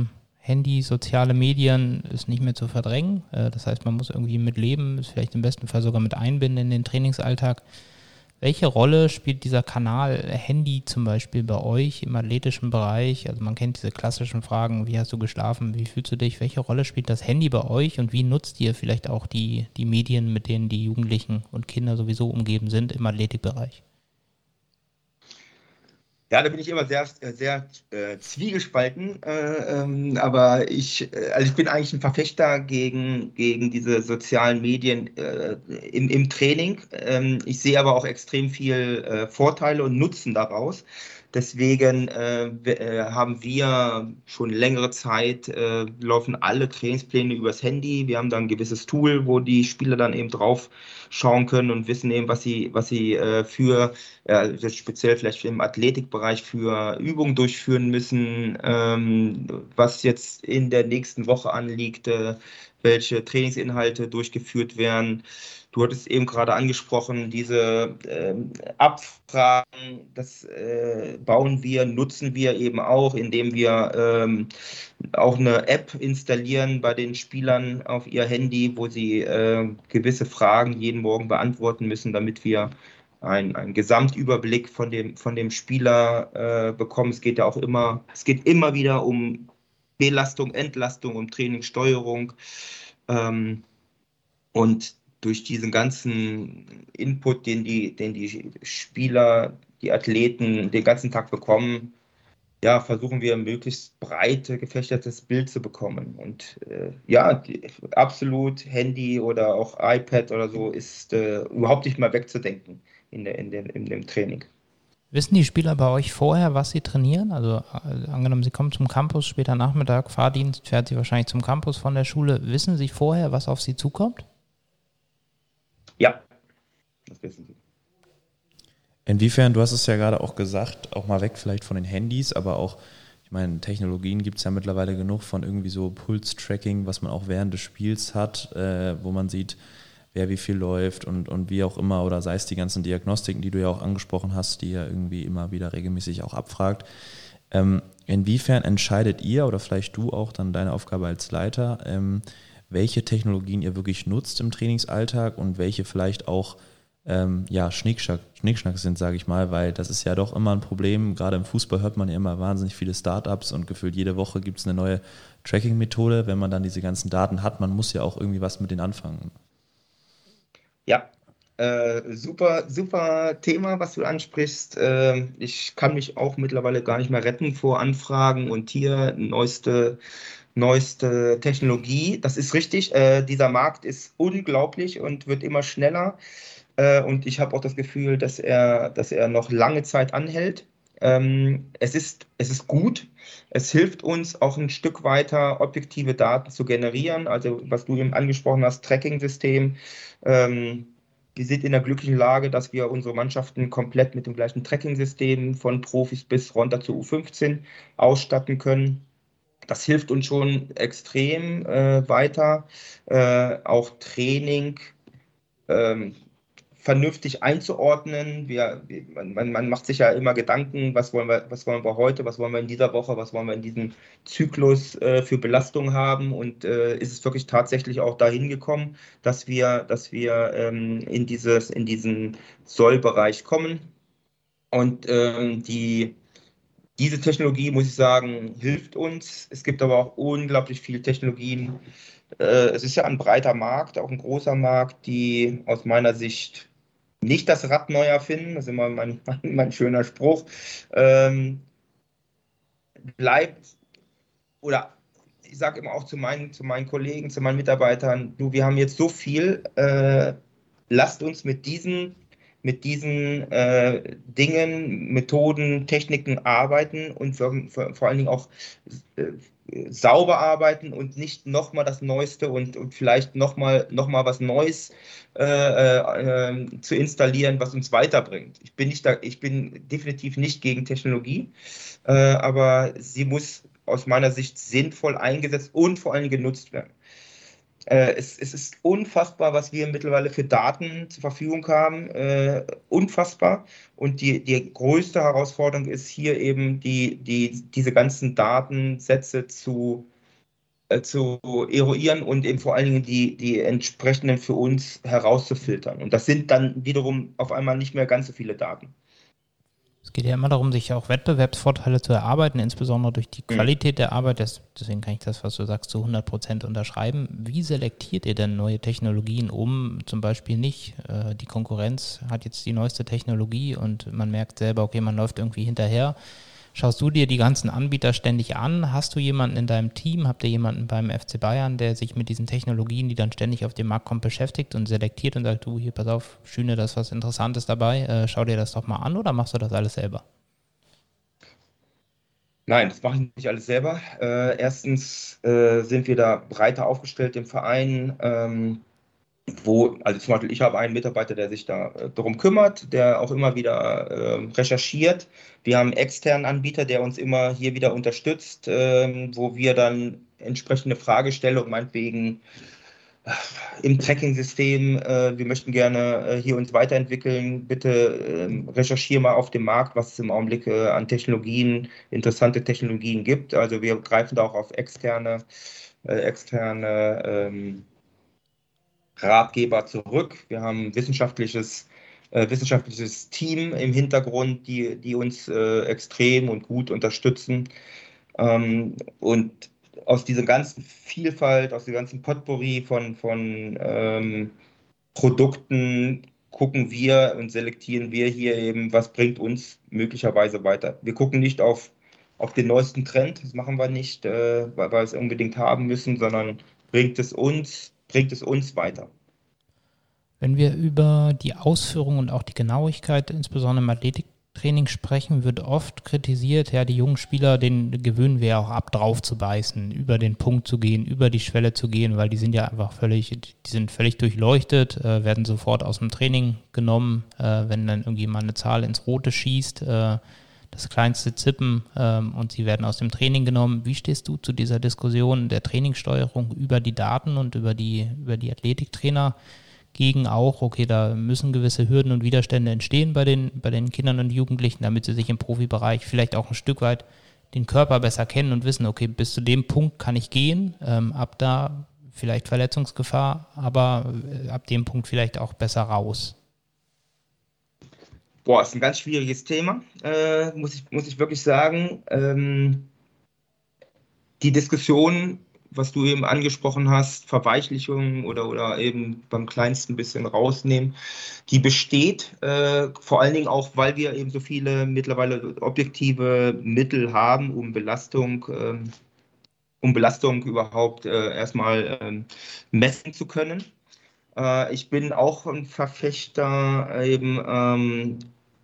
Handy, soziale Medien ist nicht mehr zu verdrängen. Äh, das heißt, man muss irgendwie mit leben, ist vielleicht im besten Fall sogar mit einbinden in den Trainingsalltag. Welche Rolle spielt dieser Kanal Handy zum Beispiel bei euch im athletischen Bereich? Also man kennt diese klassischen Fragen, wie hast du geschlafen, wie fühlst du dich? Welche Rolle spielt das Handy bei euch und wie nutzt ihr vielleicht auch die, die Medien, mit denen die Jugendlichen und Kinder sowieso umgeben sind im Athletikbereich? Ja, da bin ich immer sehr, sehr äh, zwiegespalten, äh, ähm, aber ich, äh, also ich bin eigentlich ein Verfechter gegen, gegen diese sozialen Medien äh, im, im Training. Ähm, ich sehe aber auch extrem viel äh, Vorteile und Nutzen daraus. Deswegen äh, wir, äh, haben wir schon längere Zeit, äh, laufen alle Trainingspläne übers Handy. Wir haben da ein gewisses Tool, wo die Spieler dann eben drauf schauen können und wissen eben, was sie, was sie äh, für, äh, speziell vielleicht im Athletikbereich für Übungen durchführen müssen, ähm, was jetzt in der nächsten Woche anliegt, äh, welche Trainingsinhalte durchgeführt werden. Du hattest eben gerade angesprochen, diese ähm, Abfragen, das äh, bauen wir, nutzen wir eben auch, indem wir ähm, auch eine App installieren bei den Spielern auf ihr Handy, wo sie äh, gewisse Fragen jeden Morgen beantworten müssen, damit wir einen, einen Gesamtüberblick von dem, von dem Spieler äh, bekommen. Es geht ja auch immer, es geht immer wieder um Belastung, Entlastung, um Trainingssteuerung. Ähm, und durch diesen ganzen Input, den die, den die Spieler, die Athleten den ganzen Tag bekommen, ja, versuchen wir ein möglichst breit gefächertes Bild zu bekommen. Und äh, ja, die, absolut Handy oder auch iPad oder so ist äh, überhaupt nicht mal wegzudenken in, der, in, den, in dem Training. Wissen die Spieler bei euch vorher, was sie trainieren? Also äh, angenommen, sie kommen zum Campus, später Nachmittag, Fahrdienst, fährt sie wahrscheinlich zum Campus von der Schule. Wissen sie vorher, was auf sie zukommt? Ja, das wissen sie. Inwiefern, du hast es ja gerade auch gesagt, auch mal weg vielleicht von den Handys, aber auch, ich meine, Technologien gibt es ja mittlerweile genug von irgendwie so Puls-Tracking, was man auch während des Spiels hat, äh, wo man sieht, wer wie viel läuft und, und wie auch immer, oder sei es die ganzen Diagnostiken, die du ja auch angesprochen hast, die ja irgendwie immer wieder regelmäßig auch abfragt. Ähm, inwiefern entscheidet ihr oder vielleicht du auch dann deine Aufgabe als Leiter, ähm, welche Technologien ihr wirklich nutzt im Trainingsalltag und welche vielleicht auch ähm, ja, Schnickschnack, Schnickschnack sind, sage ich mal, weil das ist ja doch immer ein Problem. Gerade im Fußball hört man ja immer wahnsinnig viele Startups und gefühlt jede Woche gibt es eine neue Tracking-Methode. Wenn man dann diese ganzen Daten hat, man muss ja auch irgendwie was mit denen anfangen. Ja, äh, super, super Thema, was du ansprichst. Äh, ich kann mich auch mittlerweile gar nicht mehr retten vor Anfragen und hier neueste neueste Technologie. Das ist richtig. Äh, dieser Markt ist unglaublich und wird immer schneller. Äh, und ich habe auch das Gefühl, dass er, dass er noch lange Zeit anhält. Ähm, es ist, es ist gut. Es hilft uns auch ein Stück weiter, objektive Daten zu generieren. Also was du eben angesprochen hast, Tracking-System. Ähm, wir sind in der glücklichen Lage, dass wir unsere Mannschaften komplett mit dem gleichen Tracking-System von Profis bis runter zu U fünfzehn ausstatten können. Das hilft uns schon extrem äh, weiter, äh, auch Training ähm, vernünftig einzuordnen. Wir, man, man macht sich ja immer Gedanken, was wollen wir, was wollen wir heute, was wollen wir in dieser Woche, was wollen wir in diesem Zyklus äh, für Belastung haben, und äh, ist es wirklich tatsächlich auch dahin gekommen, dass wir, dass wir ähm, in, dieses, in diesen Sollbereich kommen. Und ähm, die Diese Technologie, muss ich sagen, hilft uns. Es gibt aber auch unglaublich viele Technologien. Äh, es ist ja ein breiter Markt, auch ein großer Markt, die aus meiner Sicht nicht das Rad neu erfinden. Das ist immer mein, mein, mein schöner Spruch. Ähm, bleibt, oder ich sage immer auch zu meinen, zu meinen Kollegen, zu meinen Mitarbeitern, du, wir haben jetzt so viel, äh, lasst uns mit diesen mit diesen äh, Dingen, Methoden, Techniken arbeiten und für, für, vor allen Dingen auch äh, sauber arbeiten und nicht nochmal das Neueste und, und vielleicht nochmal noch mal was Neues äh, äh, zu installieren, was uns weiterbringt. Ich bin, nicht da, ich bin definitiv nicht gegen Technologie, äh, aber sie muss aus meiner Sicht sinnvoll eingesetzt und vor allem genutzt werden. Äh, es, es ist unfassbar, was wir mittlerweile für Daten zur Verfügung haben. Äh, unfassbar. Und die, die größte Herausforderung ist hier eben, die, die, diese ganzen Datensätze zu, äh, zu eruieren und eben vor allen Dingen die, die entsprechenden für uns herauszufiltern. Und das sind dann wiederum auf einmal nicht mehr ganz so viele Daten. Es geht ja immer darum, sich auch Wettbewerbsvorteile zu erarbeiten, insbesondere durch die Qualität der Arbeit. Das, deswegen kann ich das, was du sagst, zu hundert Prozent unterschreiben. Wie selektiert ihr denn neue Technologien, um zum Beispiel nicht, äh, die Konkurrenz hat jetzt die neueste Technologie und man merkt selber, okay, man läuft irgendwie hinterher. Schaust du dir die ganzen Anbieter ständig an? Hast du jemanden in deinem Team? Habt ihr jemanden beim F C Bayern, der sich mit diesen Technologien, die dann ständig auf den Markt kommen, beschäftigt und selektiert und sagt, du, hier, pass auf, Schöne, da ist was Interessantes dabei, äh, schau dir das doch mal an, oder machst du das alles selber? Nein, das mache ich nicht alles selber. Äh, erstens äh, sind wir da breiter aufgestellt im Verein, ähm, wo, also zum Beispiel ich habe einen Mitarbeiter, der sich da äh, darum kümmert, der auch immer wieder äh, recherchiert. Wir haben einen externen Anbieter, der uns immer hier wieder unterstützt, äh, wo wir dann entsprechende Fragestellungen, meinetwegen äh, im Tracking-System, äh, wir möchten gerne äh, hier uns weiterentwickeln, bitte äh, recherchiere mal auf dem Markt, was es im Augenblick äh, an Technologien, interessante Technologien gibt. Also wir greifen da auch auf externe, äh, externe ähm, Ratgeber zurück. Wir haben ein wissenschaftliches, äh, wissenschaftliches Team im Hintergrund, die, die uns äh, extrem und gut unterstützen. Ähm, und aus dieser ganzen Vielfalt, aus der ganzen Potpourri von, von ähm, Produkten gucken wir und selektieren wir hier eben, was bringt uns möglicherweise weiter. Wir gucken nicht auf, auf den neuesten Trend, das machen wir nicht, äh, weil wir es unbedingt haben müssen, sondern bringt es uns bringt es uns weiter. Wenn wir über die Ausführung und auch die Genauigkeit, insbesondere im Athletiktraining sprechen, wird oft kritisiert, ja, die jungen Spieler, denen gewöhnen wir auch ab, drauf zu beißen, über den Punkt zu gehen, über die Schwelle zu gehen, weil die sind ja einfach völlig, die sind völlig durchleuchtet, äh, werden sofort aus dem Training genommen, äh, wenn dann irgendwie mal eine Zahl ins Rote schießt, äh, das kleinste Zippen ähm, und sie werden aus dem Training genommen. Wie stehst du zu dieser Diskussion der Trainingssteuerung über die Daten und über die, über die Athletiktrainer gegen auch, okay, da müssen gewisse Hürden und Widerstände entstehen bei den, bei den Kindern und Jugendlichen, damit sie sich im Profibereich vielleicht auch ein Stück weit den Körper besser kennen und wissen, okay, bis zu dem Punkt kann ich gehen, ähm, ab da vielleicht Verletzungsgefahr, aber äh, ab dem Punkt vielleicht auch besser raus. Boah, ist ein ganz schwieriges Thema, äh, muss ich, muss ich wirklich sagen. Ähm, die Diskussion, was du eben angesprochen hast, Verweichlichung oder, oder eben beim kleinsten bisschen rausnehmen, die besteht, äh, vor allen Dingen auch, weil wir eben so viele mittlerweile objektive Mittel haben, um Belastung, ähm, um Belastung überhaupt äh, erstmal ähm, messen zu können. Äh, ich bin auch ein Verfechter eben ähm,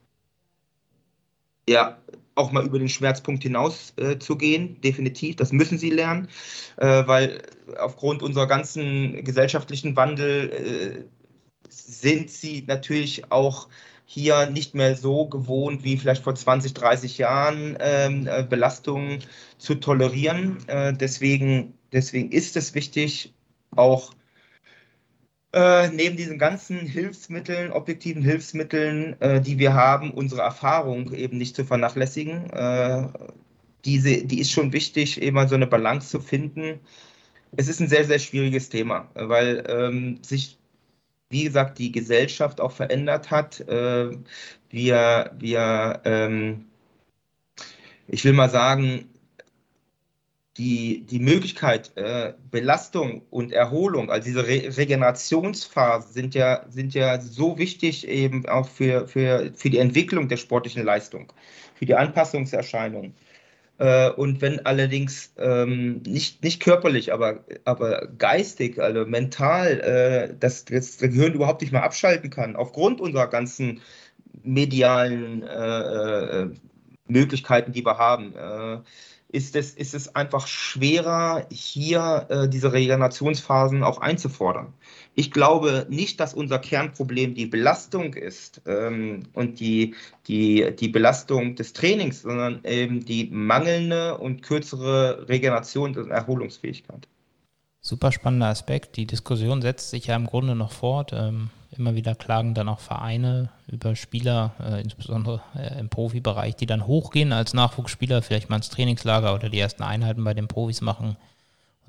ja, auch mal über den Schmerzpunkt hinaus äh, zu gehen, definitiv. Das müssen sie lernen, äh, weil aufgrund unserer ganzen gesellschaftlichen Wandel äh, sind sie natürlich auch hier nicht mehr so gewohnt wie vielleicht vor zwanzig, dreißig Jahren ähm, äh, Belastungen zu tolerieren. Äh, deswegen, deswegen ist es wichtig, auch Äh, neben diesen ganzen Hilfsmitteln, objektiven Hilfsmitteln, äh, die wir haben, unsere Erfahrung eben nicht zu vernachlässigen. Äh, diese, die ist schon wichtig, eben so eine Balance zu finden. Es ist ein sehr, sehr schwieriges Thema, weil ähm, sich, wie gesagt, die Gesellschaft auch verändert hat. Äh, wir, wir ähm, ich will mal sagen, Die, die Möglichkeit, äh, Belastung und Erholung, also diese Re- Regenerationsphasen sind ja, sind ja so wichtig eben auch für, für, für die Entwicklung der sportlichen Leistung, für die Anpassungserscheinungen. Äh, und wenn allerdings ähm, nicht, nicht körperlich, aber, aber geistig, also mental, äh, das, das Gehirn überhaupt nicht mehr abschalten kann, aufgrund unserer ganzen medialen äh, äh, Möglichkeiten, die wir haben, äh, ist es, ist es einfach schwerer, hier äh, diese Regenerationsphasen auch einzufordern. Ich glaube nicht, dass unser Kernproblem die Belastung ist ähm, und die, die, die Belastung des Trainings, sondern eben die mangelnde und kürzere Regeneration und Erholungsfähigkeit. Super spannender Aspekt. Die Diskussion setzt sich ja im Grunde noch fort. Ähm, immer wieder klagen dann auch Vereine über Spieler, äh, insbesondere äh, im Profibereich, die dann hochgehen als Nachwuchsspieler, vielleicht mal ins Trainingslager oder die ersten Einheiten bei den Profis machen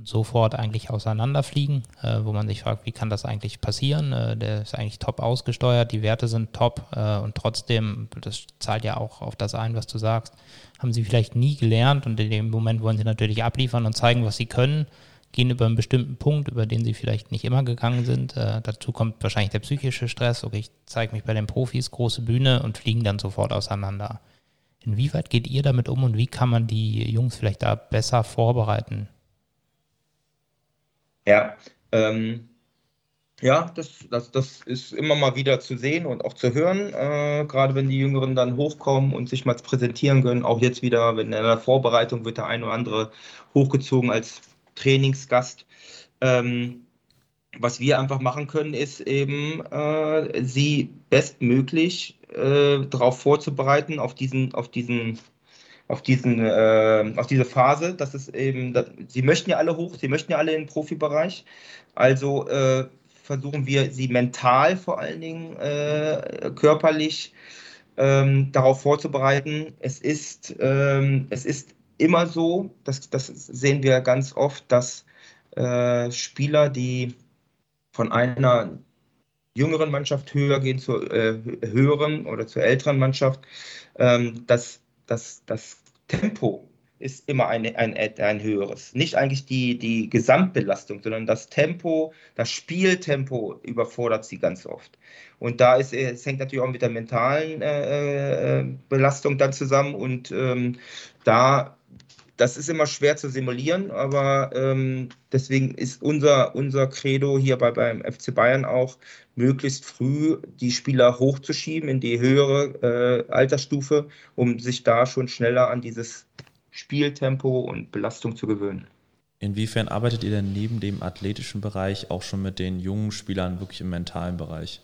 und sofort eigentlich auseinanderfliegen, äh, wo man sich fragt, wie kann das eigentlich passieren? Äh, der ist eigentlich top ausgesteuert, die Werte sind top äh, und trotzdem, das zahlt ja auch auf das ein, was du sagst, haben sie vielleicht nie gelernt und in dem Moment wollen sie natürlich abliefern und zeigen, was sie können, gehen über einen bestimmten Punkt, über den sie vielleicht nicht immer gegangen sind. Äh, dazu kommt wahrscheinlich der psychische Stress, okay, ich zeige mich bei den Profis, große Bühne und fliegen dann sofort auseinander. Inwieweit geht ihr damit um und wie kann man die Jungs vielleicht da besser vorbereiten? Ja, ähm, ja, das, das, das ist immer mal wieder zu sehen und auch zu hören, äh, gerade wenn die Jüngeren dann hochkommen und sich mal präsentieren können. Auch jetzt wieder, wenn in der Vorbereitung wird der ein oder andere hochgezogen als Trainingsgast. Ähm, was wir einfach machen können, ist eben, äh, sie bestmöglich äh, darauf vorzubereiten, auf diesen, auf diesen auf diesen, äh, auf diese Phase, dass es eben, dass, sie möchten ja alle hoch, sie möchten ja alle in den Profibereich, also äh, versuchen wir sie mental vor allen Dingen äh, körperlich ähm, darauf vorzubereiten. Es ist, ähm, es ist immer so, das, das sehen wir ganz oft, dass äh, Spieler, die von einer jüngeren Mannschaft höher gehen zur äh, höheren oder zur älteren Mannschaft, ähm, dass das, das Tempo ist immer ein, ein, ein höheres. Nicht eigentlich die, die Gesamtbelastung, sondern das Tempo, das Spieltempo überfordert sie ganz oft. Und da ist es hängt natürlich auch mit der mentalen äh, Belastung dann zusammen und ähm, da das ist immer schwer zu simulieren, aber ähm, deswegen ist unser, unser Credo hier bei, beim F C Bayern auch, möglichst früh die Spieler hochzuschieben in die höhere äh, Altersstufe, um sich da schon schneller an dieses Spieltempo und Belastung zu gewöhnen. Inwiefern arbeitet ihr denn neben dem athletischen Bereich auch schon mit den jungen Spielern wirklich im mentalen Bereich?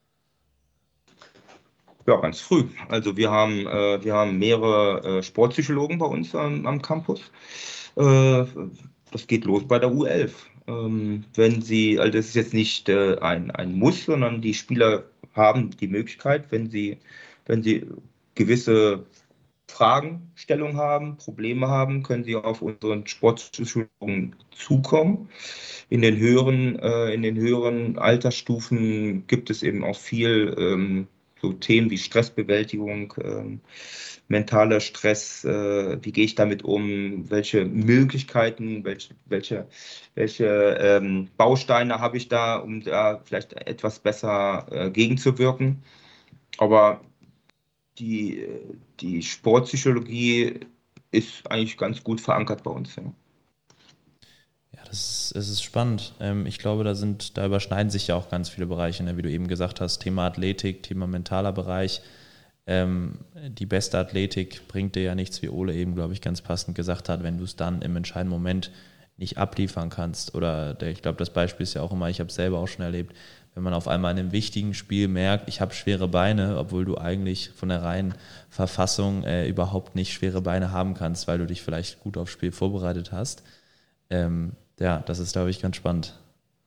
Ja, ganz früh. Also wir haben, äh, wir haben mehrere äh, Sportpsychologen bei uns am, am Campus. Äh, das geht los bei der U elf. Ähm, wenn sie, also das ist jetzt nicht äh, ein, ein Muss, sondern die Spieler haben die Möglichkeit, wenn sie, wenn sie gewisse Fragestellungen haben, Probleme haben, können sie auf unseren Sportpsychologen zukommen. In den höheren, äh, in den höheren Altersstufen gibt es eben auch viel ähm, so Themen wie Stressbewältigung, ähm, mentaler Stress, äh, wie gehe ich damit um, welche Möglichkeiten, welche, welche, welche ähm, Bausteine habe ich da, um da vielleicht etwas besser äh, gegenzuwirken. Aber die, die Sportpsychologie ist eigentlich ganz gut verankert bei uns. Ja. Ja, das ist, das ist spannend. Ähm, ich glaube, da sind, da überschneiden sich ja auch ganz viele Bereiche, ne? Wie du eben gesagt hast, Thema Athletik, Thema mentaler Bereich. Ähm, die beste Athletik bringt dir ja nichts, wie Ole eben, glaube ich, ganz passend gesagt hat, wenn du es dann im entscheidenden Moment nicht abliefern kannst. Oder der, ich glaube, das Beispiel ist ja auch immer, ich habe es selber auch schon erlebt, wenn man auf einmal in einem wichtigen Spiel merkt, ich habe schwere Beine, obwohl du eigentlich von der reinen Verfassung äh, überhaupt nicht schwere Beine haben kannst, weil du dich vielleicht gut aufs Spiel vorbereitet hast. Ähm, ja, das ist, glaube ich, ganz spannend.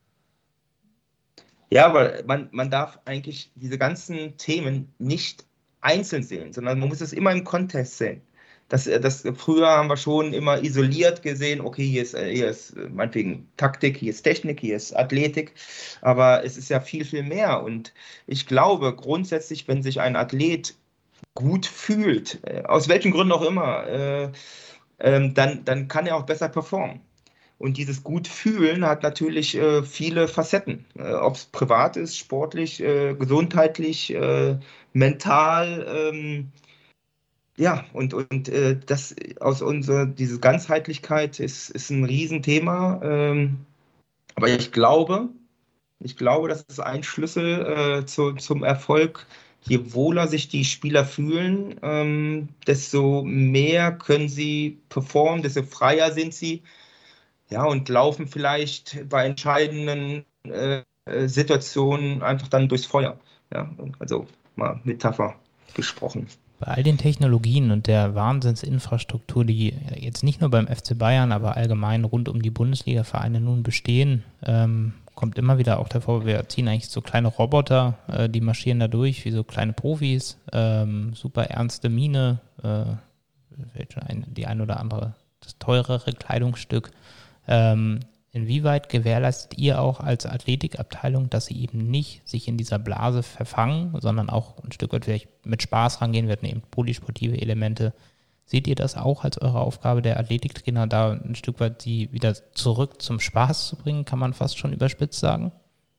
Ja, weil man, man darf eigentlich diese ganzen Themen nicht einzeln sehen, sondern man muss es immer im Kontext sehen. Das, das, früher haben wir schon immer isoliert gesehen, okay, hier ist, hier ist meinetwegen Taktik, hier ist Technik, hier ist Athletik, aber es ist ja viel, viel mehr. Und ich glaube grundsätzlich, wenn sich ein Athlet gut fühlt, aus welchen Gründen auch immer, äh, äh, dann, dann kann er auch besser performen. Und dieses Gutfühlen hat natürlich äh, viele Facetten, äh, ob es privat ist, sportlich, äh, gesundheitlich, äh, mental. Ähm, ja, und, und äh, das aus unserer, diese Ganzheitlichkeit ist, ist ein Riesenthema. Ähm, aber ich glaube, ich glaube, das ist ein Schlüssel äh, zu, zum Erfolg. Je wohler sich die Spieler fühlen, ähm, desto mehr können sie performen, desto freier sind sie. Ja, und laufen vielleicht bei entscheidenden äh, Situationen einfach dann durchs Feuer. Ja, also mal Metapher gesprochen. Bei all den Technologien und der Wahnsinnsinfrastruktur, die jetzt nicht nur beim F C Bayern, aber allgemein rund um die Bundesliga-Vereine nun bestehen, ähm, kommt immer wieder auch der Vorwurf, wir ziehen eigentlich so kleine Roboter, äh, die marschieren da durch, wie so kleine Profis, ähm, super ernste Miene, äh, die ein oder andere, das teurere Kleidungsstück. Ähm, inwieweit gewährleistet ihr auch als Athletikabteilung, dass sie eben nicht sich in dieser Blase verfangen, sondern auch ein Stück weit vielleicht mit Spaß rangehen, wir hatten eben polysportive Elemente. Seht ihr das auch als eure Aufgabe der Athletiktrainer, da ein Stück weit sie wieder zurück zum Spaß zu bringen, kann man fast schon überspitzt sagen?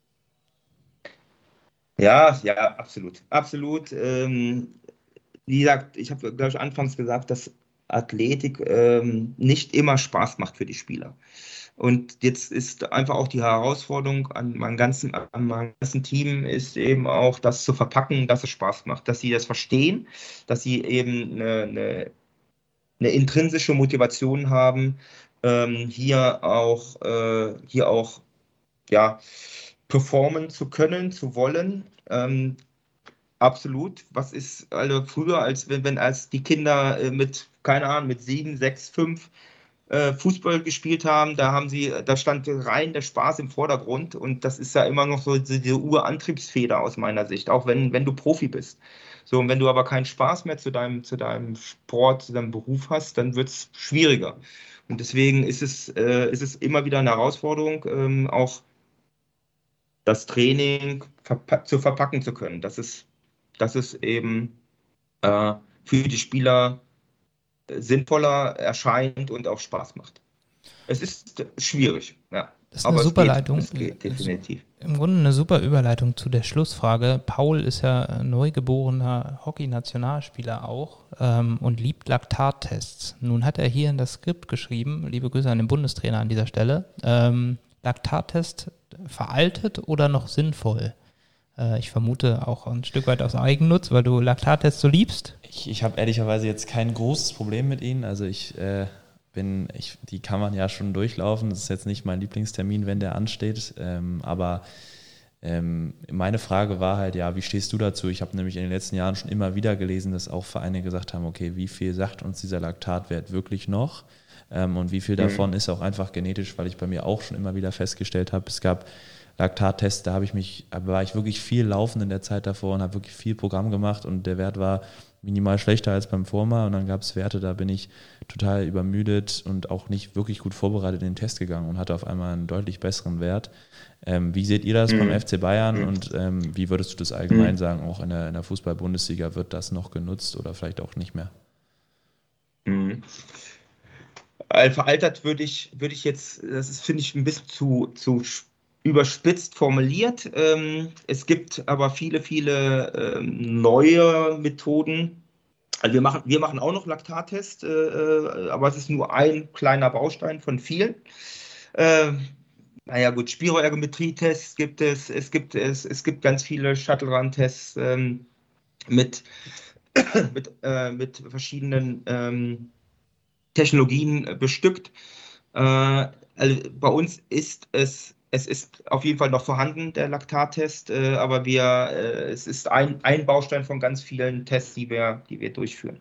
Ja, ja, absolut. Absolut. Ähm, wie gesagt, ich habe, glaube ich, anfangs gesagt, dass Athletik ähm, nicht immer Spaß macht für die Spieler. Und jetzt ist einfach auch die Herausforderung an meinem ganzen, an meinem ganzen Team ist eben auch, das zu verpacken, dass es Spaß macht, dass sie das verstehen, dass sie eben eine, eine, eine intrinsische Motivation haben, ähm, hier auch, äh, hier auch, ja, performen zu können, zu wollen. Ähm, absolut. Was ist also früher, als wenn, wenn als die Kinder äh, mit, keine Ahnung, mit sieben, sechs, fünf äh, Fußball gespielt haben, da haben sie, da stand rein der Spaß im Vordergrund und das ist ja immer noch so diese Urantriebsfeder aus meiner Sicht, auch wenn, wenn du Profi bist. So, und wenn du aber keinen Spaß mehr zu deinem, zu deinem Sport, zu deinem Beruf hast, dann wird es schwieriger. Und deswegen ist es, äh, ist es immer wieder eine Herausforderung, ähm, auch das Training verpa- zu verpacken zu können, dass es, dass es eben äh, für die Spieler äh, sinnvoller erscheint und auch Spaß macht. Es ist schwierig, ja. Das ist eine Aber super es geht, Leitung. es geht definitiv. Im Grunde eine super Überleitung zu der Schlussfrage. Paul ist ja neugeborener Hockey-Nationalspieler auch ähm, und liebt Laktattests. Nun hat er hier in das Skript geschrieben, liebe Grüße an den Bundestrainer an dieser Stelle, ähm, Laktattest veraltet oder noch sinnvoll? Äh, ich vermute auch ein Stück weit aus Eigennutz, weil du Laktattests so liebst. Ich, ich habe ehrlicherweise jetzt kein großes Problem mit ihnen. Also ich äh, bin, ich, die kann man ja schon durchlaufen. Das ist jetzt nicht mein Lieblingstermin, wenn der ansteht. Ähm, aber ähm, meine Frage war halt, ja, wie stehst du dazu? Ich habe nämlich in den letzten Jahren schon immer wieder gelesen, dass auch Vereine gesagt haben, okay, wie viel sagt uns dieser Laktatwert wirklich noch? Ähm, und wie viel davon mhm. ist auch einfach genetisch, weil ich bei mir auch schon immer wieder festgestellt habe, es gab Laktattests, da habe ich mich, war ich wirklich viel laufen in der Zeit davor und habe wirklich viel Programm gemacht und der Wert war minimal schlechter als beim Vormal und dann gab es Werte, da bin ich total übermüdet und auch nicht wirklich gut vorbereitet in den Test gegangen und hatte auf einmal einen deutlich besseren Wert. Ähm, wie seht ihr das mhm. beim F C Bayern und ähm, wie würdest du das allgemein mhm. sagen, auch in der, in der Fußball-Bundesliga wird das noch genutzt oder vielleicht auch nicht mehr? Mhm. Veraltert würde ich, würde ich jetzt, das ist, finde ich, ein bisschen zu, zu überspitzt formuliert. Ähm, es gibt aber viele, viele ähm, neue Methoden. Also wir machen, wir machen auch noch Laktattest, äh, aber es ist nur ein kleiner Baustein von vielen. Äh, naja gut, Spiroergometrie-Tests gibt es, es gibt es, es gibt ganz viele Shuttle-Run-Tests ähm, mit, mit, äh, mit verschiedenen ähm, Technologien bestückt. Äh, also bei uns ist es, es ist auf jeden Fall noch vorhanden, der Laktattest, äh, aber wir, äh, es ist ein, ein Baustein von ganz vielen Tests, die wir, die wir durchführen.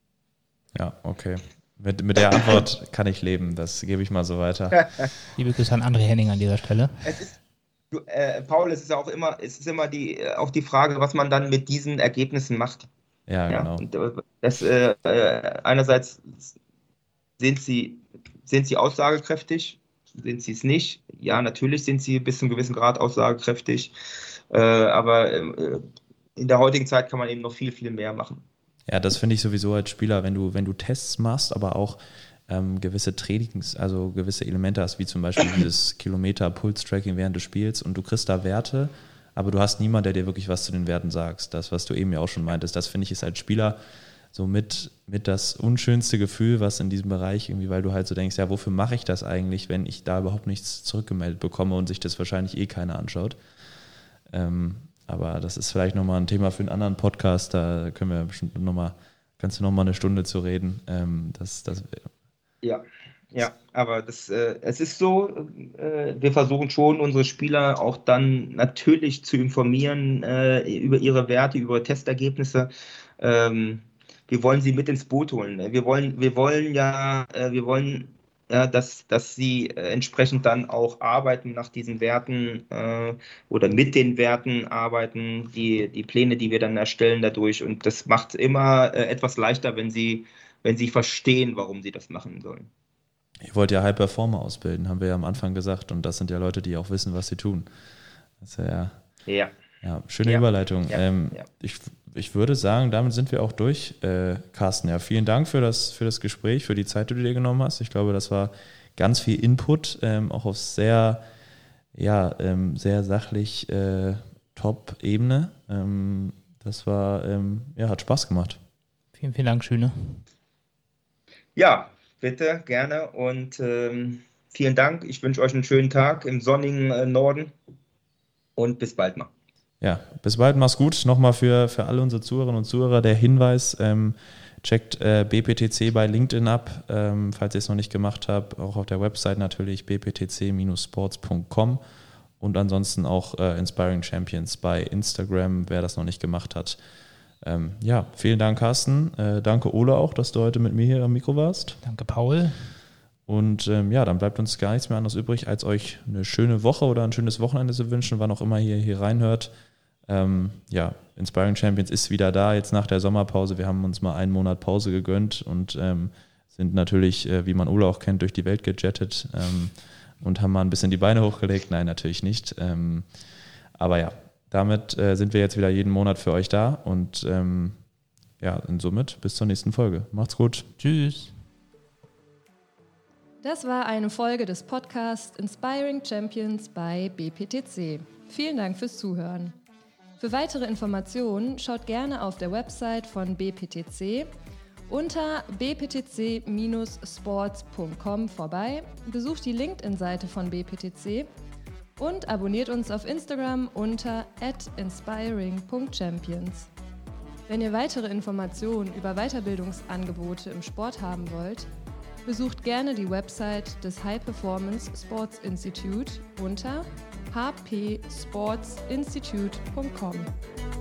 Ja, okay. Mit, mit der Antwort kann ich leben, das gebe ich mal so weiter. Liebe Grüße an André Henning an dieser Stelle. Es ist, äh, Paul, es ist auch immer, es ist immer die, auch die Frage, was man dann mit diesen Ergebnissen macht. Ja, genau. Ja, und das, äh, einerseits Sind sie, sind sie aussagekräftig? Sind sie es nicht? Ja, natürlich sind sie bis zu einem gewissen Grad aussagekräftig. Äh, aber äh, in der heutigen Zeit kann man eben noch viel, viel mehr machen. Ja, das finde ich sowieso als Spieler, wenn du, wenn du Tests machst, aber auch ähm, gewisse Trainings, also gewisse Elemente hast, wie zum Beispiel dieses Kilometer-Puls-Tracking während des Spiels und du kriegst da Werte, aber du hast niemanden, der dir wirklich was zu den Werten sagt. Das, was du eben ja auch schon meintest, das finde ich ist als Spieler so mit, mit das unschönste Gefühl, was in diesem Bereich irgendwie, weil du halt so denkst, ja, wofür mache ich das eigentlich, wenn ich da überhaupt nichts zurückgemeldet bekomme und sich das wahrscheinlich eh keiner anschaut. Ähm, aber das ist vielleicht nochmal ein Thema für einen anderen Podcast, da können wir bestimmt nochmal, kannst du nochmal eine Stunde zu reden. Ähm, das, das, ja, ja, aber das, äh, es ist so, äh, wir versuchen schon, unsere Spieler auch dann natürlich zu informieren äh, über ihre Werte, über Testergebnisse. Ähm, Wir wollen sie mit ins Boot holen. Wir wollen, wir wollen ja, wir wollen ja, dass, dass sie entsprechend dann auch arbeiten nach diesen Werten äh, oder mit den Werten arbeiten, die, die Pläne, die wir dann erstellen dadurch. Und das macht immer äh, etwas leichter, wenn sie, wenn sie verstehen, warum sie das machen sollen. ihr wollt ja High Performer ausbilden, haben wir ja am Anfang gesagt. Und das sind ja Leute, die auch wissen, was sie tun. Das ist ja, ja. ja schöne ja. Überleitung. Ja. Ähm, Ja. Ich, ich würde sagen, damit sind wir auch durch, äh, Carsten. Ja, vielen Dank für das, für das Gespräch, für die Zeit, die du dir genommen hast. Ich glaube, das war ganz viel Input, ähm, auch auf sehr, ja, ähm, sehr sachlich äh, Top-Ebene. Ähm, das war, ähm, ja, hat Spaß gemacht. Vielen, vielen Dank, Schöne. Ja, bitte, gerne und ähm, vielen Dank. Ich wünsche euch einen schönen Tag im sonnigen äh, Norden und bis bald mal. Ja, bis bald, mach's gut. Nochmal für, für alle unsere Zuhörerinnen und Zuhörer der Hinweis, ähm, checkt äh, B P T C bei LinkedIn ab, ähm, falls ihr es noch nicht gemacht habt, auch auf der Website natürlich b p t c Bindestrich sports Punkt com und ansonsten auch äh, Inspiring Champions bei Instagram, wer das noch nicht gemacht hat. Ähm, ja, vielen Dank, Carsten. Äh, danke, Ole, auch, dass du heute mit mir hier am Mikro warst. Danke, Paul. Und ähm, ja, dann bleibt uns gar nichts mehr anderes übrig, als euch eine schöne Woche oder ein schönes Wochenende zu wünschen, wann auch immer ihr hier reinhört. Ähm, ja, Inspiring Champions ist wieder da, jetzt nach der Sommerpause. Wir haben uns mal einen Monat Pause gegönnt und ähm, sind natürlich, äh, wie man Ole auch kennt, durch die Welt gejettet ähm, und haben mal ein bisschen die Beine hochgelegt. Nein, natürlich nicht. Ähm, aber ja, damit äh, sind wir jetzt wieder jeden Monat für euch da und ähm, ja, und somit bis zur nächsten Folge. Macht's gut. Tschüss. Das war eine Folge des Podcasts Inspiring Champions bei B P T C. Vielen Dank fürs Zuhören. Für weitere Informationen schaut gerne auf der Website von B P T C unter b p t c Bindestrich sports Punkt com vorbei, besucht die LinkedIn-Seite von B P T C und abonniert uns auf Instagram unter at inspiring Punkt champions. Wenn ihr weitere Informationen über Weiterbildungsangebote im Sport haben wollt, besucht gerne die Website des High Performance Sports Institute unter h p sports institute Punkt com.